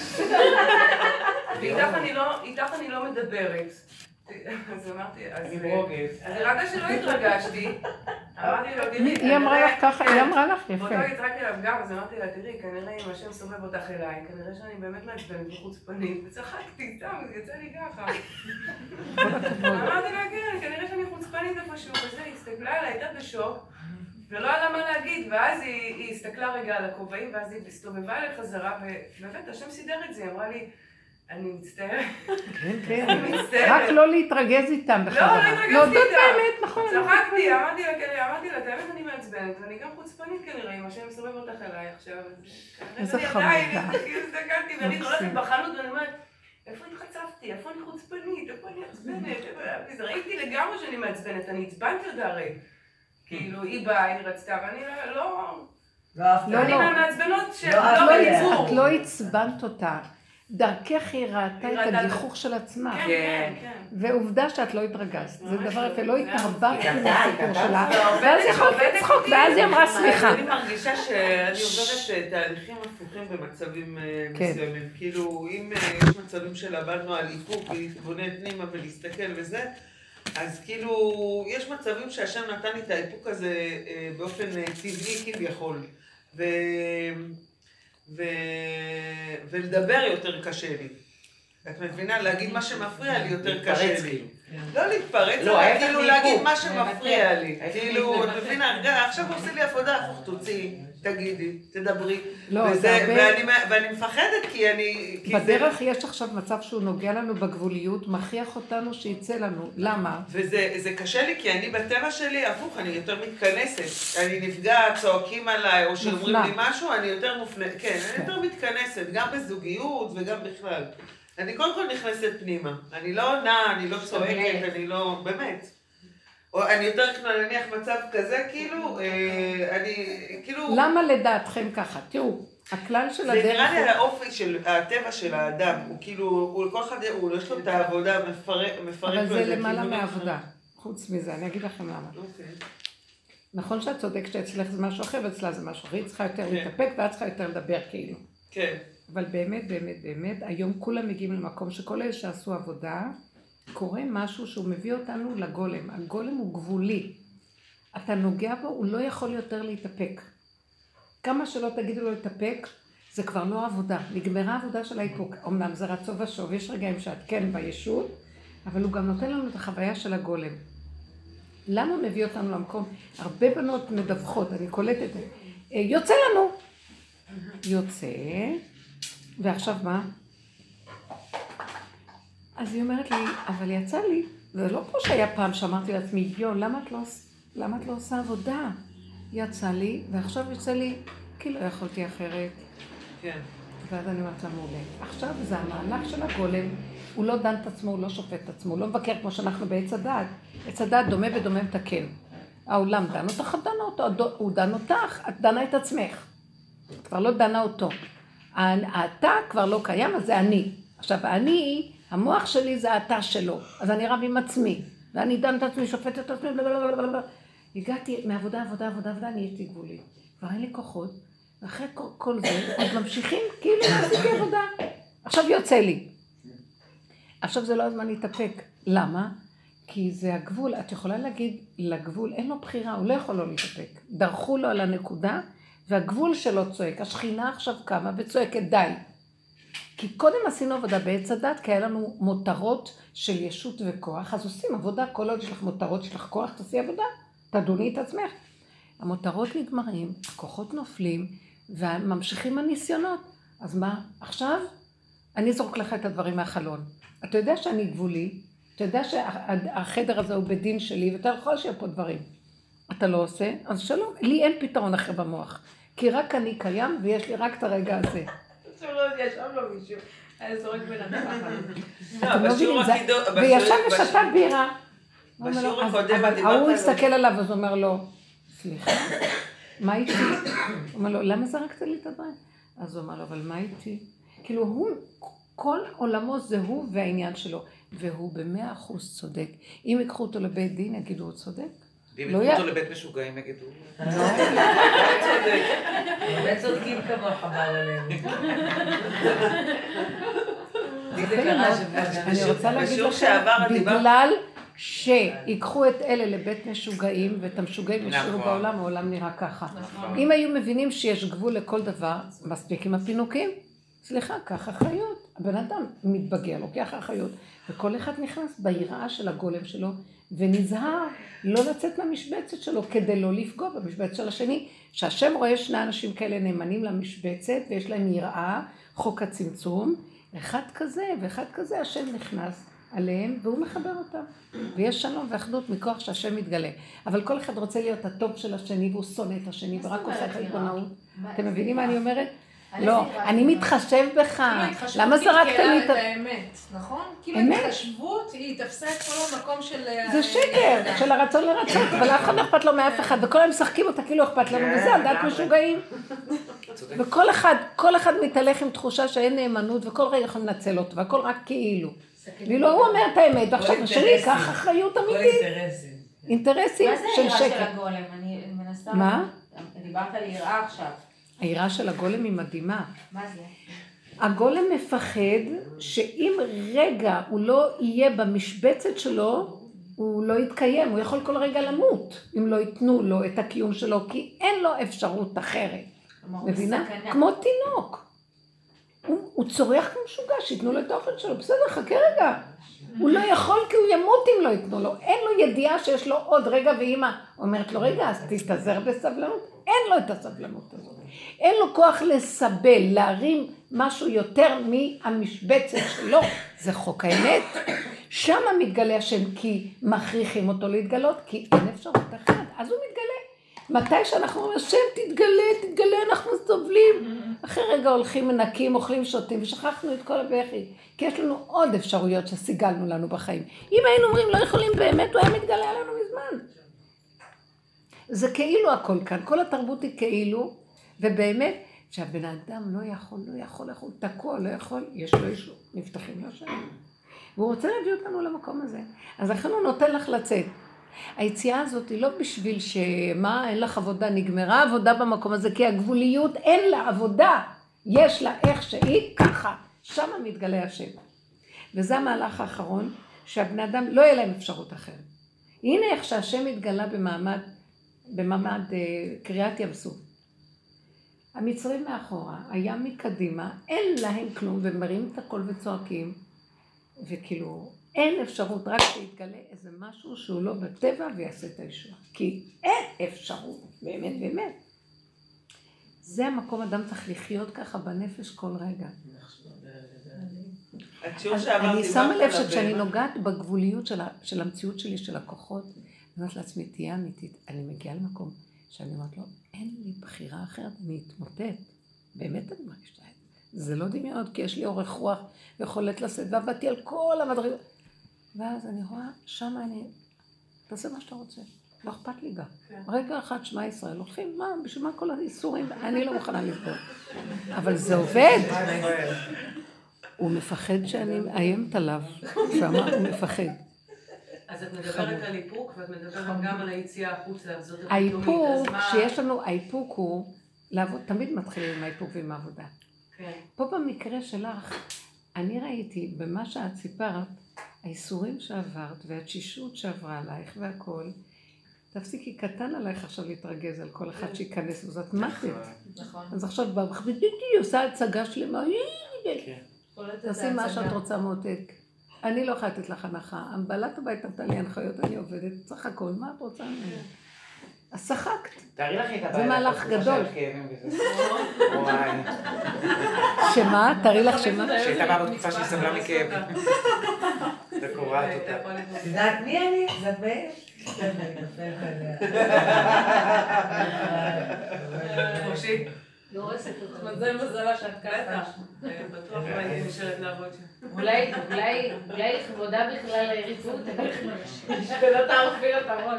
ואיתך אני לא מדברת. אז אמרתי, אז ראתה שלא התרגשתי, אמרתי לו, תראי, היא אמרה לך ככה, היא אמרה לך יפה. באותו הצחקתי לה גם, אז אמרתי לה, תראי, כנראה אם השם סובב אותך אליי, כנראה שאני באמת מעצבנת וחוצפנית, וצחקתי, סתם, זה יצא לי ככה. אמרתי לה, כן, כנראה שאני חוצפנית איפשהו, וזה, היא הסתכלה עליי, הייתה בשוק, ולא ידעה מה להגיד, ואז היא הסתכלה רגע על הכובעים, ואז היא הסתובבה אליי חזרה, ובאמת, השם סידר את זה, היא אמרה לי, אני מצטערת. כן, כן. רק לא להתרגז איתם בחזרה. לא התרגזתי איתם. באמת, נכון. צחקתי, אמרתי לה, את האמת אני מעצבנת, ואני גם חוצפנית כנראה, אם השם מסובב אותך אליי עכשיו. איזה חמודה. כאילו הסתכלתי, ואני הולכת בחנות ואני אומרת, איפה התחצפתי? איפה אני חוצפנית? איפה אני מעצבנת? ראיתי לגמרי שאני מעצבנת, אני עצבנתי אותה הרי. כאילו, היא באה, היא רצתה, ואני לא... אני מהמעצבנות שלא בניצור. את לא עצבנת אותה. דרכך היא ראתה את הגיחוך של עצמה. כן, כן. ועובדה שאת לא התרגזת. זה דבר יפה, לא התערבבתי מהסיפור שלה. ואז יכולת לצחוק, ואז היא אמרה סליחה. אני מרגישה שאני עוברת תהליכים הפוכים במצבים מסוימים. כאילו, אם יש מצבים שלמדנו על איפוק ולהתבונן פנימה ולהסתכל וזה, אז כאילו, יש מצבים שהשם נתן לי את האיפוק הזה באופן טבעי כביכול. ולדבר יותר קשה לי. את מבינה? להגיד מה שמפריע לי יותר קשה לי. לא להתפרץ, אלא כאילו להגיד מה שמפריע לי. כאילו, את מבינה, עכשיו עושה לי עבודה, תוציא. תגידי, תדברי. לא, ואני מפחדת כי אני... בדרך יש עכשיו מצב שהוא נוגע לנו בגבוליות, מכריח אותנו שיצא לנו. למה? וזה קשה לי כי אני בטבע שלי, הפוך, אני יותר מתכנסת. אני נפגעת, צועקים עליי, או שאומרים לי משהו, אני יותר מופנה. כן, אני יותר מתכנסת, גם בזוגיות וגם בכלל. אני קודם כל נכנסת פנימה. אני לא עונה, אני לא צועקת, אני לא... באמת. אני יותר נניח מצב כזה, כאילו, אני, כאילו... למה לדעתכם ככה? תראו, הכלל של הדרך... זה נראה לי על האופי של הטבע של האדם, הוא כאילו, הוא לכל אחד, יש לו את העבודה, מפרק לו את זה. אבל זה למעלה מהעבודה. חוץ מזה, אני אגיד לכם למה. אוקיי. נכון שאת צודק שאצלך זה משהו אחר, ואצלה זה משהו אחר, היא צריכה יותר להתאפק, ואת צריכה יותר לדבר כאילו. כן. אבל באמת, באמת, באמת, היום כולם מגיעים למקום שכל אלה שעשו עבודה, קורה משהו שהוא מביא אותנו לגולם. הגולם הוא גבולי. אתה נוגע בו, הוא לא יכול יותר להתאפק. כמה שלא תגידו לו להתאפק, זה כבר לא עבודה. נגמרה העבודה של האיפוק. אמנם זה רצו ושוב, יש רגעים שאת כן בישות, אבל הוא גם נותן לנו את החוויה של הגולם. למה הוא מביא אותנו למקום? הרבה בנות מדווחות, אני קולטת, יוצא לנו. יוצא, ועכשיו מה? אז היא אומרת לי, אבל יצא לי, זה לא כמו שהיה פעם שאמרתי לעצמי, למה את לא עושה עבודה? יצא לי, ועכשיו יצא לי, כי לא יכולתי אחרת. כן. ואז אני אומרת לה מעולה. עכשיו זה המהלך של הגולם, הוא לא דן את עצמו, הוא לא שופט את עצמו, הוא לא מבקר כמו שאנחנו בעץ הדעת. עץ הדעת דומה ודומה מתקן. העולם דן אותך, את דנה אותו, הוא דן אותך, את דנה את עצמך. את כבר לא דנה אותו. אתה כבר לא קיים, אז זה אני. עכשיו, אני... המוח שלי זה האתה שלו, אז אני רב עם עצמי, ואני דן את עצמי, שופט את עצמי, בלבלבלבלבל. הגעתי מעבודה, אני הייתי גבולית. כבר אין לי כוחות, ואחרי כל זה, אז ממשיכים, כאילו עשיתי עבודה. עכשיו יוצא לי. עכשיו זה לא הזמן להתאפק. למה? כי זה הגבול, את יכולה להגיד, לגבול אין לו בחירה, הוא לא יכול לא להתאפק. דרכו לו על הנקודה, והגבול שלו צועק. השכינה עכשיו קמה וצועקת די. כי קודם עשינו עבודה בעץ הדת, כי היה לנו מותרות של ישות וכוח, אז עושים עבודה, כל עוד יש לך מותרות, יש לך כוח, תעשי עבודה, תדוני את עצמך. המותרות נגמרים, הכוחות נופלים, וממשיכים הניסיונות. אז מה? עכשיו אני זורק לך את הדברים מהחלון. אתה יודע שאני גבולי, אתה יודע שהחדר הזה הוא בדין שלי, ואתה יכול שיהיה פה דברים. אתה לא עושה, אז שלום, לי אין פתרון אחר במוח. כי רק אני קיים, ויש לי רק את הרגע הזה. ישב לו מישהו, היה זורק בין הדבר. אתם לא מבינים, וישב ושתה בירה. בשיעור הקודם, אבל הוא הסתכל עליו, אז הוא אומר לו, סליחה, מה איתי? הוא אומר לו, למה זרקת לי את הדברים? אז הוא אומר לו, אבל מה איתי? כאילו הוא, כל עולמו זה הוא והעניין שלו, והוא ב100% צודק. אם יקחו אותו לבית דין, יגידו, הוא צודק. ואם יקחו אותו לבית משוגעים, יגידו. באמת צודקים כמוך בא עליהם. אני רוצה להגיד לכם, בגלל שיקחו את אלה לבית משוגעים, ואת המשוגעים ישאירו בעולם, העולם נראה ככה. אם היו מבינים שיש גבול לכל דבר, מספיק עם הפינוקים. סליחה, ככה חיות. הבן אדם מתבגר, לוקח אחריות, וכל אחד נכנס ביראה של הגולם שלו, ונזהר לא לצאת מהמשבצת שלו, כדי לא לפגוע במשבצת של השני, שהשם רואה שני אנשים כאלה נאמנים למשבצת, ויש להם יראה, חוק הצמצום, אחד כזה ואחד כזה, השם נכנס עליהם, והוא מחבר אותם. ויש שלום ואחדות מכוח שהשם מתגלה. אבל כל אחד רוצה להיות הטוב של השני, והוא שונא את השני, ורק עושה חלבונאות. אתם מבינים מה אני אומרת? לא, אני מתחשב בך. למה זרקת לי את האמת, נכון? כאילו ההתחשבות היא תפסה את כל המקום של... זה שקר, של הרצון לרצות, אבל אף אחד לא אכפת לו מאף אחד, וכל הם משחקים אותה כאילו אכפת לנו, וזה הדת משוגעים. וכל אחד מתהלך עם תחושה שאין נאמנות, וכל רגע יכול לנצל אותו, והכל רק כאילו. ואילו הוא אומר את האמת, ועכשיו השני ייקח אחריות אמיתית. אינטרסים של שקר. מה זה היראה של הגולם? אני מנסה... מה? דיברת על יראה עכשיו. היראה של הגולם היא מדהימה. מה זה? הגולם מפחד שאם רגע הוא לא יהיה במשבצת שלו, הוא לא יתקיים, הוא יכול כל רגע למות, אם לא ייתנו לו את הקיום שלו, כי אין לו אפשרות אחרת. מבינה? כמו תינוק. הוא צורח כמו משוגע, שיתנו לו את האוכל שלו, בסדר, חכה רגע. הוא לא יכול כי הוא ימות אם לא יתנו לו. אין לו ידיעה שיש לו עוד רגע, ואמא אומרת לו, רגע, אז תתאזר בסבלנות. אין לו את הסבלנות הזאת. אין לו כוח לסבל, להרים משהו יותר מהמשבצת שלו. זה חוק האמת. שם מתגלה השם כי מכריחים אותו להתגלות, כי אין אפשרות אחרת. אז הוא מתגלה. מתי שאנחנו אומרים, השם תתגלה, אנחנו סובלים. אחרי רגע הולכים, מנקים, אוכלים, שותים, ושכחנו את כל הבכי. כי יש לנו עוד אפשרויות שסיגלנו לנו בחיים. אם היינו אומרים, לא יכולים באמת, הוא היה מתגלה לנו מזמן. זה כאילו הכל כאן, כל התרבות היא כאילו, ובאמת, שהבן אדם לא יכול, תקוע, לא יכול, יש לו אישו, נפתחים לו שם. והוא רוצה להביא אותנו למקום הזה. אז לכן הוא נותן לך לצאת. היציאה הזאת היא לא בשביל שמה, אין לך עבודה, נגמרה עבודה במקום הזה, כי הגבוליות אין לה עבודה, יש לה איך שהיא ככה, שם מתגלה השם. וזה המהלך האחרון, שהבני אדם לא יהיה להם אפשרות אחרת. הנה איך שהשם מתגלה במעמד קריאת ים סוף. המצרים מאחורה, הים מקדימה, אין להם כלום, ומרים את הכל וצועקים, וכאילו אין אפשרות רק שיתגלה איזה משהו שהוא לא בטבע ויעשה את הישועה. כי אין אפשרות, באמת. זה המקום אדם צריך לחיות ככה בנפש כל רגע. אז אני שמה לב שכשאני נוגעת בגבוליות של המציאות שלי, של הכוחות, אני אומרת לעצמי, תהיה אמיתית. אני מגיעה למקום שאני אומרת לו, אין לי בחירה אחרת, אני אתמוטט. באמת אני מרגישה את זה. זה לא דמיונות, כי יש לי אורך רוח ויכולת לשאת, ועבדתי על כל המדרגות. ואז אני רואה, שם אני, תעשה מה שאתה רוצה, לא אכפת לי גם. רגע אחד שמע ישראל, הולכים, מה, בשביל מה כל האיסורים? אני לא מוכנה לסבור. אבל זה עובד. הוא מפחד שאני איימת עליו, שמה הוא מפחד. אז את מדברת על איפוק, ואת מדברת גם על היציאה החוצה. האיפוק, שיש לנו, האיפוק הוא, תמיד מתחילים עם האיפוק ועם העבודה. פה במקרה שלך, אני ראיתי במה שאת סיפרת, האיסורים שעברת והתשישות שעברה עלייך והכל, תפסיקי קטן עלייך עכשיו להתרגז על כל אחד שיכנס וזאת מתת. אז עכשיו בחביתי עושה הצגה שלמה, תעשי מה שאת רוצה מותק. אני לא יכולה לתת לך הנחה, בעלת הבית נתן לי הנחיות, אני עובדת, צריך הכל, מה את רוצה ממני? אז שחקת. תארי לך את הבעיה. זה מהלך גדול. וואי. שמה? תארי לך שמה? שהייתה באה בתקופה שהיא סבלה מכאב. זה קורעת אותה. יודעת מי אני? זאת בעיה? אני נופלת עליה. חושי. דורסת אותך. מזל מזלה שאת ככה. בטוח לא הייתי נשארת לעבוד שם. אולי לכבודה בכלל העריצות, ולא תערפי אותה רון.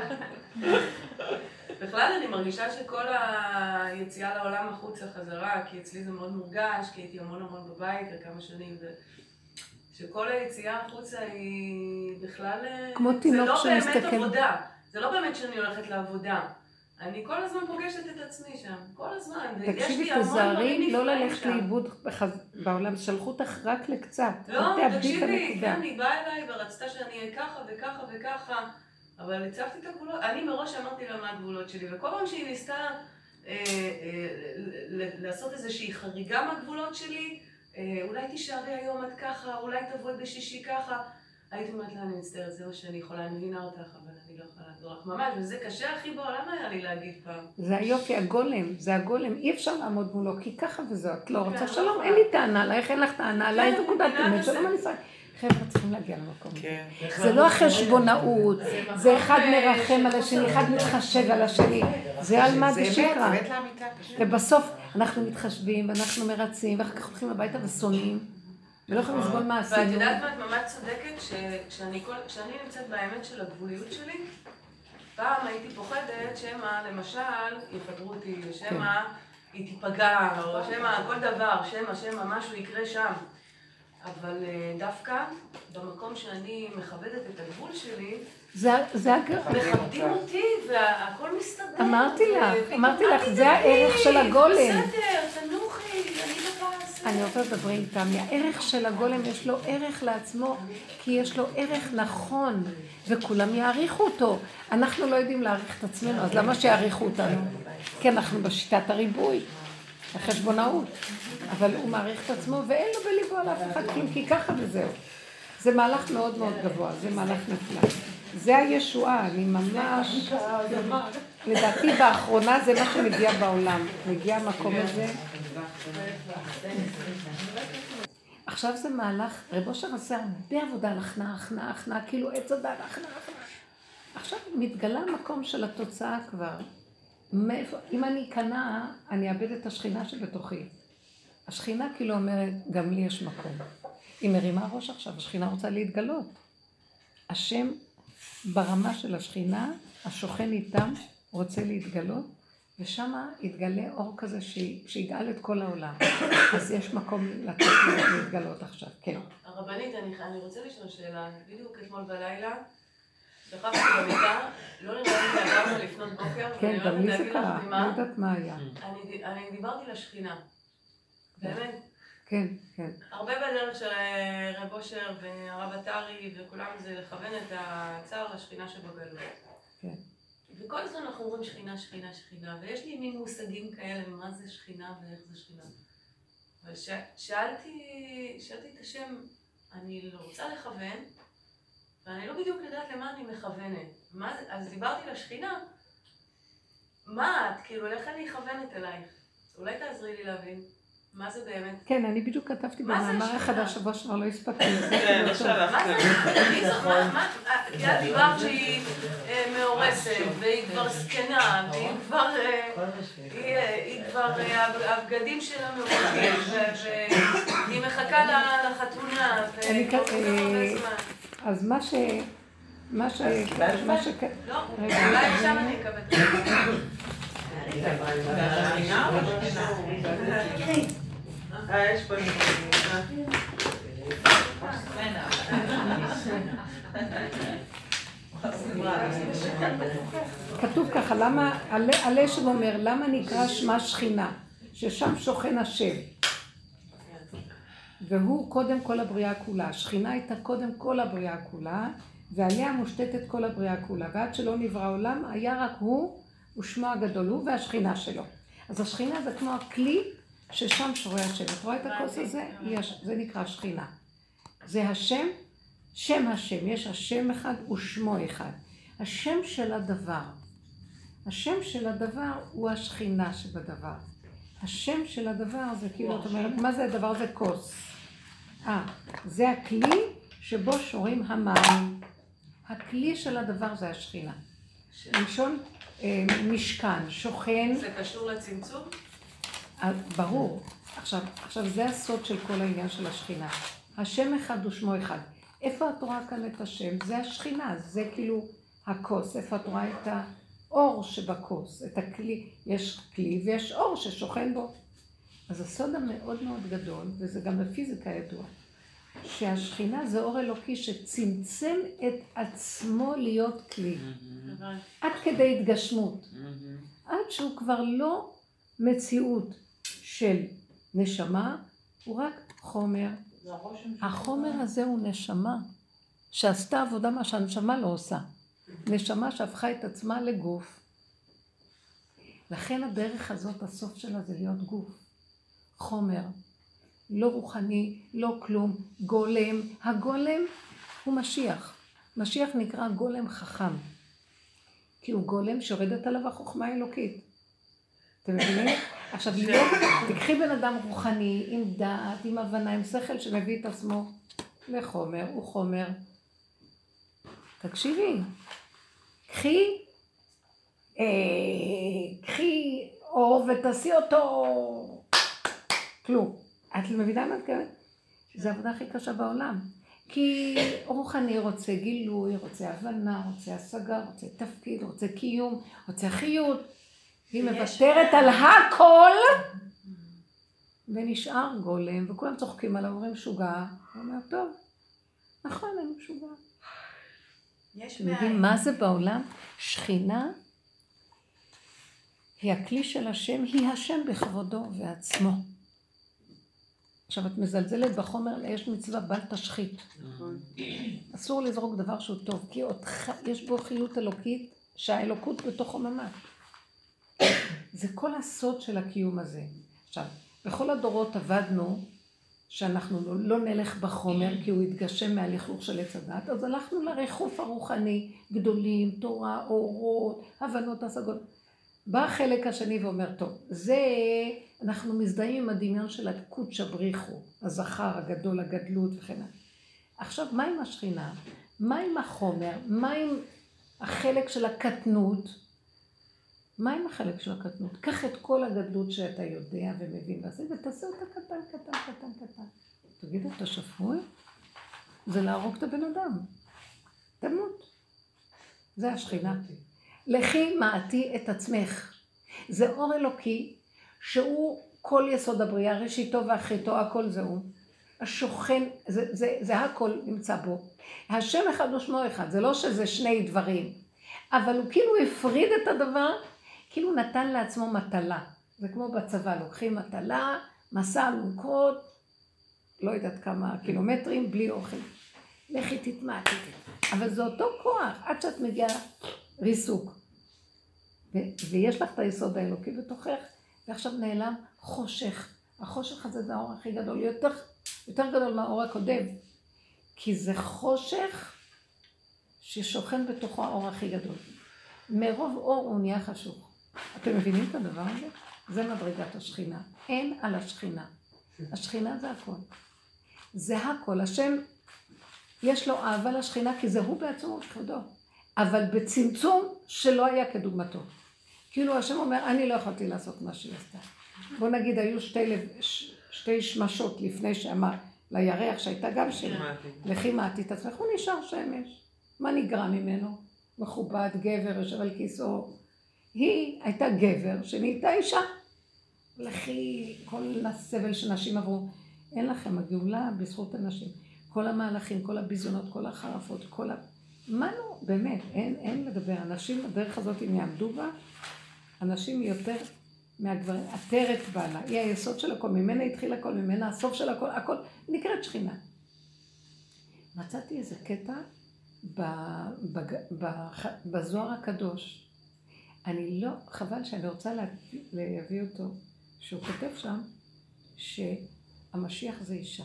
בכלל אני מרגישה שכל היציאה לעולם החוצה חזרה, כי אצלי זה מאוד מורגש, כי הייתי המון בבית לכמה שנים, שכל היציאה החוצה היא בכלל, כמו תינוק שמסתכל. זה לא באמת עבודה, זה לא באמת שאני הולכת לעבודה. אני כל הזמן פוגשת את עצמי שם, כל הזמן. תקשיבי, תזהרי לא ללכת לאיבוד בעולם, שלחו אותך רק לקצת. לא, תקשיבי, היא באה אליי ורצתה שאני אהיה ככה וככה וככה, אבל הצבתי את הגבולות, אני מראש אמרתי לה מה הגבולות שלי, וכל פעם שהיא ניסתה לעשות איזושהי חריגה מהגבולות שלי, אולי תישארי היום עד ככה, אולי תבואי בשישי ככה, הייתי אומרת לה, אני מצטערת, זה מה שאני יכולה, אני מבינה אותך, אבל אני לא יכולה לעזור לך ממש, וזה קשה הכי בעולם היה לי להגיד פעם. זה היופי, הגולם, זה הגולם, אי אפשר לעמוד מולו, כי ככה וזו, את לא רוצה שלום, אין לי טענה, עלייך אין לך טענה, עליי נקודת אמת, שלום על ישראל. חבר'ה צריכים להגיע למקום. זה לא החשבונאות, זה אחד מרחם על השני, אחד מתחשב על השני, זה על מה דשיקרא. ובסוף אנחנו מתחשבים, ואנחנו מרצים, ואחר כך הולכים הביתה ושונאים. ולא יכולים לסבול מה עשינו. ואת יודעת מה, את ממש צודקת, כשאני נמצאת באמת של הגבוליות שלי, פעם הייתי פוחדת שמה, למשל, יפטרו אותי, או שמה, היא תיפגע, או שמה, כל דבר, שמה, משהו יקרה שם. אבל דווקא, במקום שאני מכבדת את הגבול שלי, מכבדים אותי, והכל מסתדר. אמרתי לך, זה הערך של הגולם. בסדר, תנוחי, אני בבאס. אני רוצה לדבר איתם, הערך של הגולם יש לו ערך לעצמו, כי יש לו ערך נכון, וכולם יעריכו אותו. אנחנו לא יודעים להעריך את עצמנו, אז למה שיעריכו אותנו? כי אנחנו בשיטת הריבוי. החשבונאות. אבל הוא מעריך את עצמו ואין לו בליבו על אף אחד כלום, כי ככה וזהו. זה מהלך מאוד מאוד גבוה, זה מהלך נפלא. זה הישועה, אני ממש... לדעתי באחרונה זה מה שמגיע בעולם. מגיע המקום הזה. עכשיו זה מהלך, רב אושר עושה הרבה עבודה על הכנעה, כאילו עץ הדת, הכנעה. עכשיו מתגלה המקום של התוצאה כבר. אם אני אכנע, אני אאבד את השכינה שבתוכי. השכינה כאילו אומרת, גם לי יש מקום. היא מרימה ראש עכשיו, השכינה רוצה להתגלות. השם ברמה של השכינה, השוכן איתם, רוצה להתגלות, ושם יתגלה אור כזה שיגאל את כל העולם. אז יש מקום לתת להתגלות עכשיו, כן. הרבנית, אני רוצה לשאול שאלה. בדיוק אתמול בלילה, שכבתי במיטה, לא נראה לי לגמרי לפנות בוקר. כן, גם לי זה קרה, לא יודעת מה היה. אני דיברתי לשכינה. באמת. כן, כן. הרבה בדרך של רב אושר והרב עטרי וכולם זה לכוון את הצער לשכינה שבגלות. כן. וכל הזמן אנחנו אומרים שכינה, שכינה, שכינה, ויש לי מין מושגים כאלה, מה זה שכינה ואיך זה שכינה. אבל שאלתי את השם, אני רוצה לכוון, ואני לא בדיוק יודעת למה אני מכוונת. אז דיברתי לשכינה, מה את? כאילו, איך אני אכוונת אלייך? אולי תעזרי לי להבין. מה זה באמת? כן, אני בדיוק כתבתי במאמר החדש שבוע שלא הספקתי. כן, עכשיו. כי את דיברת שהיא מאורסת, והיא כבר זקנה, והיא כבר, הבגדים שלה מאורסים, והיא מחכה לחתונה, אז מה ש... לא, אולי עכשיו אני אקבל. יש פה כתוב ככה, למה, עלה שאומר, למה נקרא שמה שכינה? ששם שוכן השם. והוא קודם כל הבריאה כולה. שכינה הייתה קודם כל הבריאה כולה, ועליה מושתתת כל הבריאה כולה. ועד שלא נברא עולם, היה רק הוא ושמו הגדול, הוא והשכינה שלו. אז השכינה זה כמו הכלי ששם שורה השם. את רואה את הכוס הזה? זה נקרא שכינה. זה השם, שם השם. יש השם אחד ושמו אחד. השם של הדבר. השם של הדבר הוא השכינה שבדבר. השם של הדבר זה כאילו, את אומרת, מה זה הדבר? זה כוס. זה הכלי שבו שורים המים. הכלי של הדבר זה השכינה. למשון משכן, שוכן. זה קשור לצמצום? ברור. עכשיו זה הסוד של כל העניין של השכינה. השם אחד ושמו אחד. איפה את רואה כאן את השם? זה השכינה, זה כאילו הכוס. איפה את רואה את האור שבכוס, את הכלי? יש כלי ויש אור ששוכן בו. אז הסוד המאוד מאוד גדול, וזה גם בפיזיקה ידוע, שהשכינה זה אור אלוקי שצמצם את עצמו להיות כלי. עד כדי התגשמות. עד שהוא כבר לא מציאות של נשמה, הוא רק חומר. החומר הזה הוא נשמה, שעשתה עבודה מה שהנשמה לא עושה. נשמה שהפכה את עצמה לגוף. לכן הדרך הזאת, הסוף שלה זה להיות גוף. חומר. לא רוחני, לא כלום. גולם. הגולם הוא משיח. משיח נקרא גולם חכם. כי הוא גולם שיורדת עליו החוכמה האלוקית. אתם מבינים? עכשיו, תקחי בן אדם רוחני, עם דעת, עם הבנה, עם שכל שמביא את עצמו לחומר, הוא חומר. תקשיבי, קחי אור ותעשי אותו כלום. את מבינה מה את כאלה? זו העבודה הכי קשה בעולם. כי רוחני רוצה גילוי, רוצה הבנה, רוצה השגה, רוצה תפקיד, רוצה קיום, רוצה חיות. היא מוותרת על הכל, ונשאר גולם, וכולם צוחקים עליו, אומרים משוגע. הוא אומר, טוב, נכון, אני משוגע. אתם יודעים מה זה בעולם? שכינה היא הכלי של השם, היא השם בכבודו ועצמו. עכשיו, את מזלזלת בחומר, יש מצווה בל תשחית. אסור לזרוק דבר שהוא טוב, כי יש בו חיות אלוקית, שהאלוקות בתוכו ממש. זה כל הסוד של הקיום הזה. עכשיו, בכל הדורות עבדנו שאנחנו לא נלך בחומר כי הוא יתגשם מהלכלוך של עץ הדת, אז הלכנו לריחוף הרוחני, גדולים, תורה, אורות, הבנות, השגות. בא החלק השני ואומר, טוב, זה אנחנו מזדהים עם הדמיון של הקודש הבריחו, הזכר, הגדול, הגדלות וכן הלאה. עכשיו, מה עם השכינה? מה עם החומר? מה עם החלק של הקטנות? מה עם החלק של הקטנות? קח את כל הגדלות שאתה יודע ומבין ועשה, ותעשה אותה קטן, קטן, קטן, קטן. תגידו, אתה שפוי? זה להרוג את הבן אדם. תמות. זה השכינה. לכי מעטי את עצמך. זה אור אלוקי שהוא כל יסוד הבריאה, ראשיתו ואחריתו, הכל זהו. השוכן, זה הכל נמצא בו. השם אחד ושמו אחד, זה לא שזה שני דברים, אבל הוא כאילו הפריד את הדבר, כאילו נתן לעצמו מטלה. זה כמו בצבא, לוקחים מטלה, מסע אלונקות, לא יודעת כמה קילומטרים, בלי אוכל. לכי תתמעטי. אבל זה אותו כוח, עד שאת מגיעה ריסוק. ויש לך את היסוד האלוקי בתוכך, ועכשיו נעלם חושך. החושך הזה זה האור הכי גדול, יותר גדול מהאור הקודם. כי זה חושך ששוכן בתוכו האור הכי גדול. מרוב אור הוא נהיה חשוך. אתם מבינים את הדבר הזה? זה מדרגת השכינה. אין על השכינה. השכינה זה הכל. זה הכל. השם, יש לו אהבה לשכינה, כי זה הוא בעצמו וכבודו. אבל בצמצום שלא היה כדוגמתו. כאילו השם אומר, אני לא יכולתי לעשות מה שהיא עשתה. בוא נגיד, היו שתי שמשות לפני שאמר לירח, שהייתה גם שלי. לכי מעטי את עצמך, הוא נשאר שמש. מה נגרע ממנו? מכובד, גבר, יושב על כיסאו. היא הייתה גבר שנהייתה אישה. לכי, כל הסבל שנשים עברו. אין לכם הגאולה בזכות הנשים. כל המהלכים, כל הביזונות, כל החרפות, כל ה... מה לא? באמת, אין לדבר. אנשים, הדרך הזאת, אם יעמדו בה, אנשים יותר מהגברים, עטרת בעלה. היא היסוד של הכל, ממנה התחיל הכל, ממנה הסוף של הכל, הכל נקראת שכינה. מצאתי איזה קטע בזוהר הקדוש. אני לא, חבל שאני רוצה להביא אותו, שהוא כותב שם, שהמשיח זה אישה.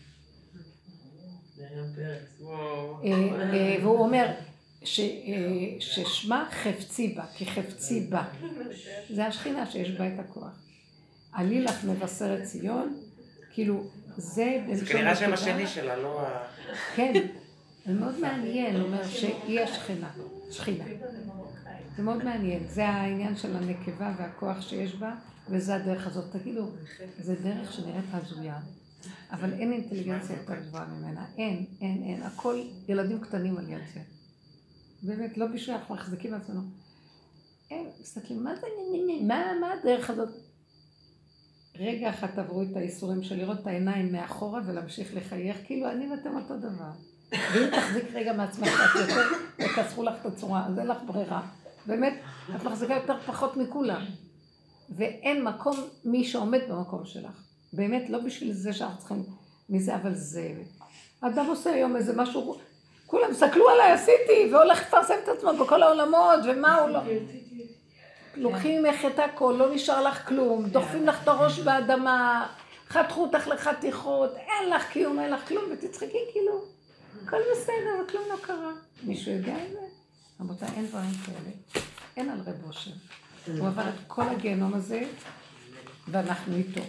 והוא אומר ששמה חפצי בה, כי חפצי בה. זה השכינה שיש בה את הכוח. עלי לך מבשרת ציון, כאילו זה... זה כנראה שם השני שלה, לא ה... כן, זה מאוד מעניין, הוא אומר שהיא השכינה, שכינה. זה מאוד מעניין, זה העניין של הנקבה והכוח שיש בה, וזה הדרך הזאת. תגידו, זה דרך שנראית הזויה. אבל אין אינטליגנציה יותר גבוהה ממנה, אין, הכל ילדים קטנים על יד זה. באמת, לא בשביל אנחנו מחזיקים עצמנו. אין, מסתכלים, מה זה, מה הדרך הזאת? רגע אחד תעברו את האיסורים של לראות את העיניים מאחורה ולהמשיך לחייך, כאילו אני ואתם אותו דבר. ואם תחזיק רגע מעצמך שאת יותר, וכסחו לך את הצורה, אז אין לך ברירה. באמת, את מחזיקה יותר פחות מכולם. ואין מקום מי שעומד במקום שלך. באמת, לא בשביל זה שאנחנו צריכים מזה, אבל זה... אדם עושה היום איזה משהו, כולם סתכלו עליי, עשיתי, והולך לפרסם את עצמו בכל העולמות, ומה הוא לא... לוקחים ממך את הכל, לא נשאר לך כלום, דוחפים לך את הראש באדמה, חתכו אותך לחתיכות, אין לך קיום, אין לך כלום, ותצחקי כאילו, הכל בסדר, וכלום לא קרה. מישהו יודע את זה? רבותיי, אין דברים כאלה. אין על רב אושר. הוא עבר את כל הגיהנום הזה, ואנחנו איתו.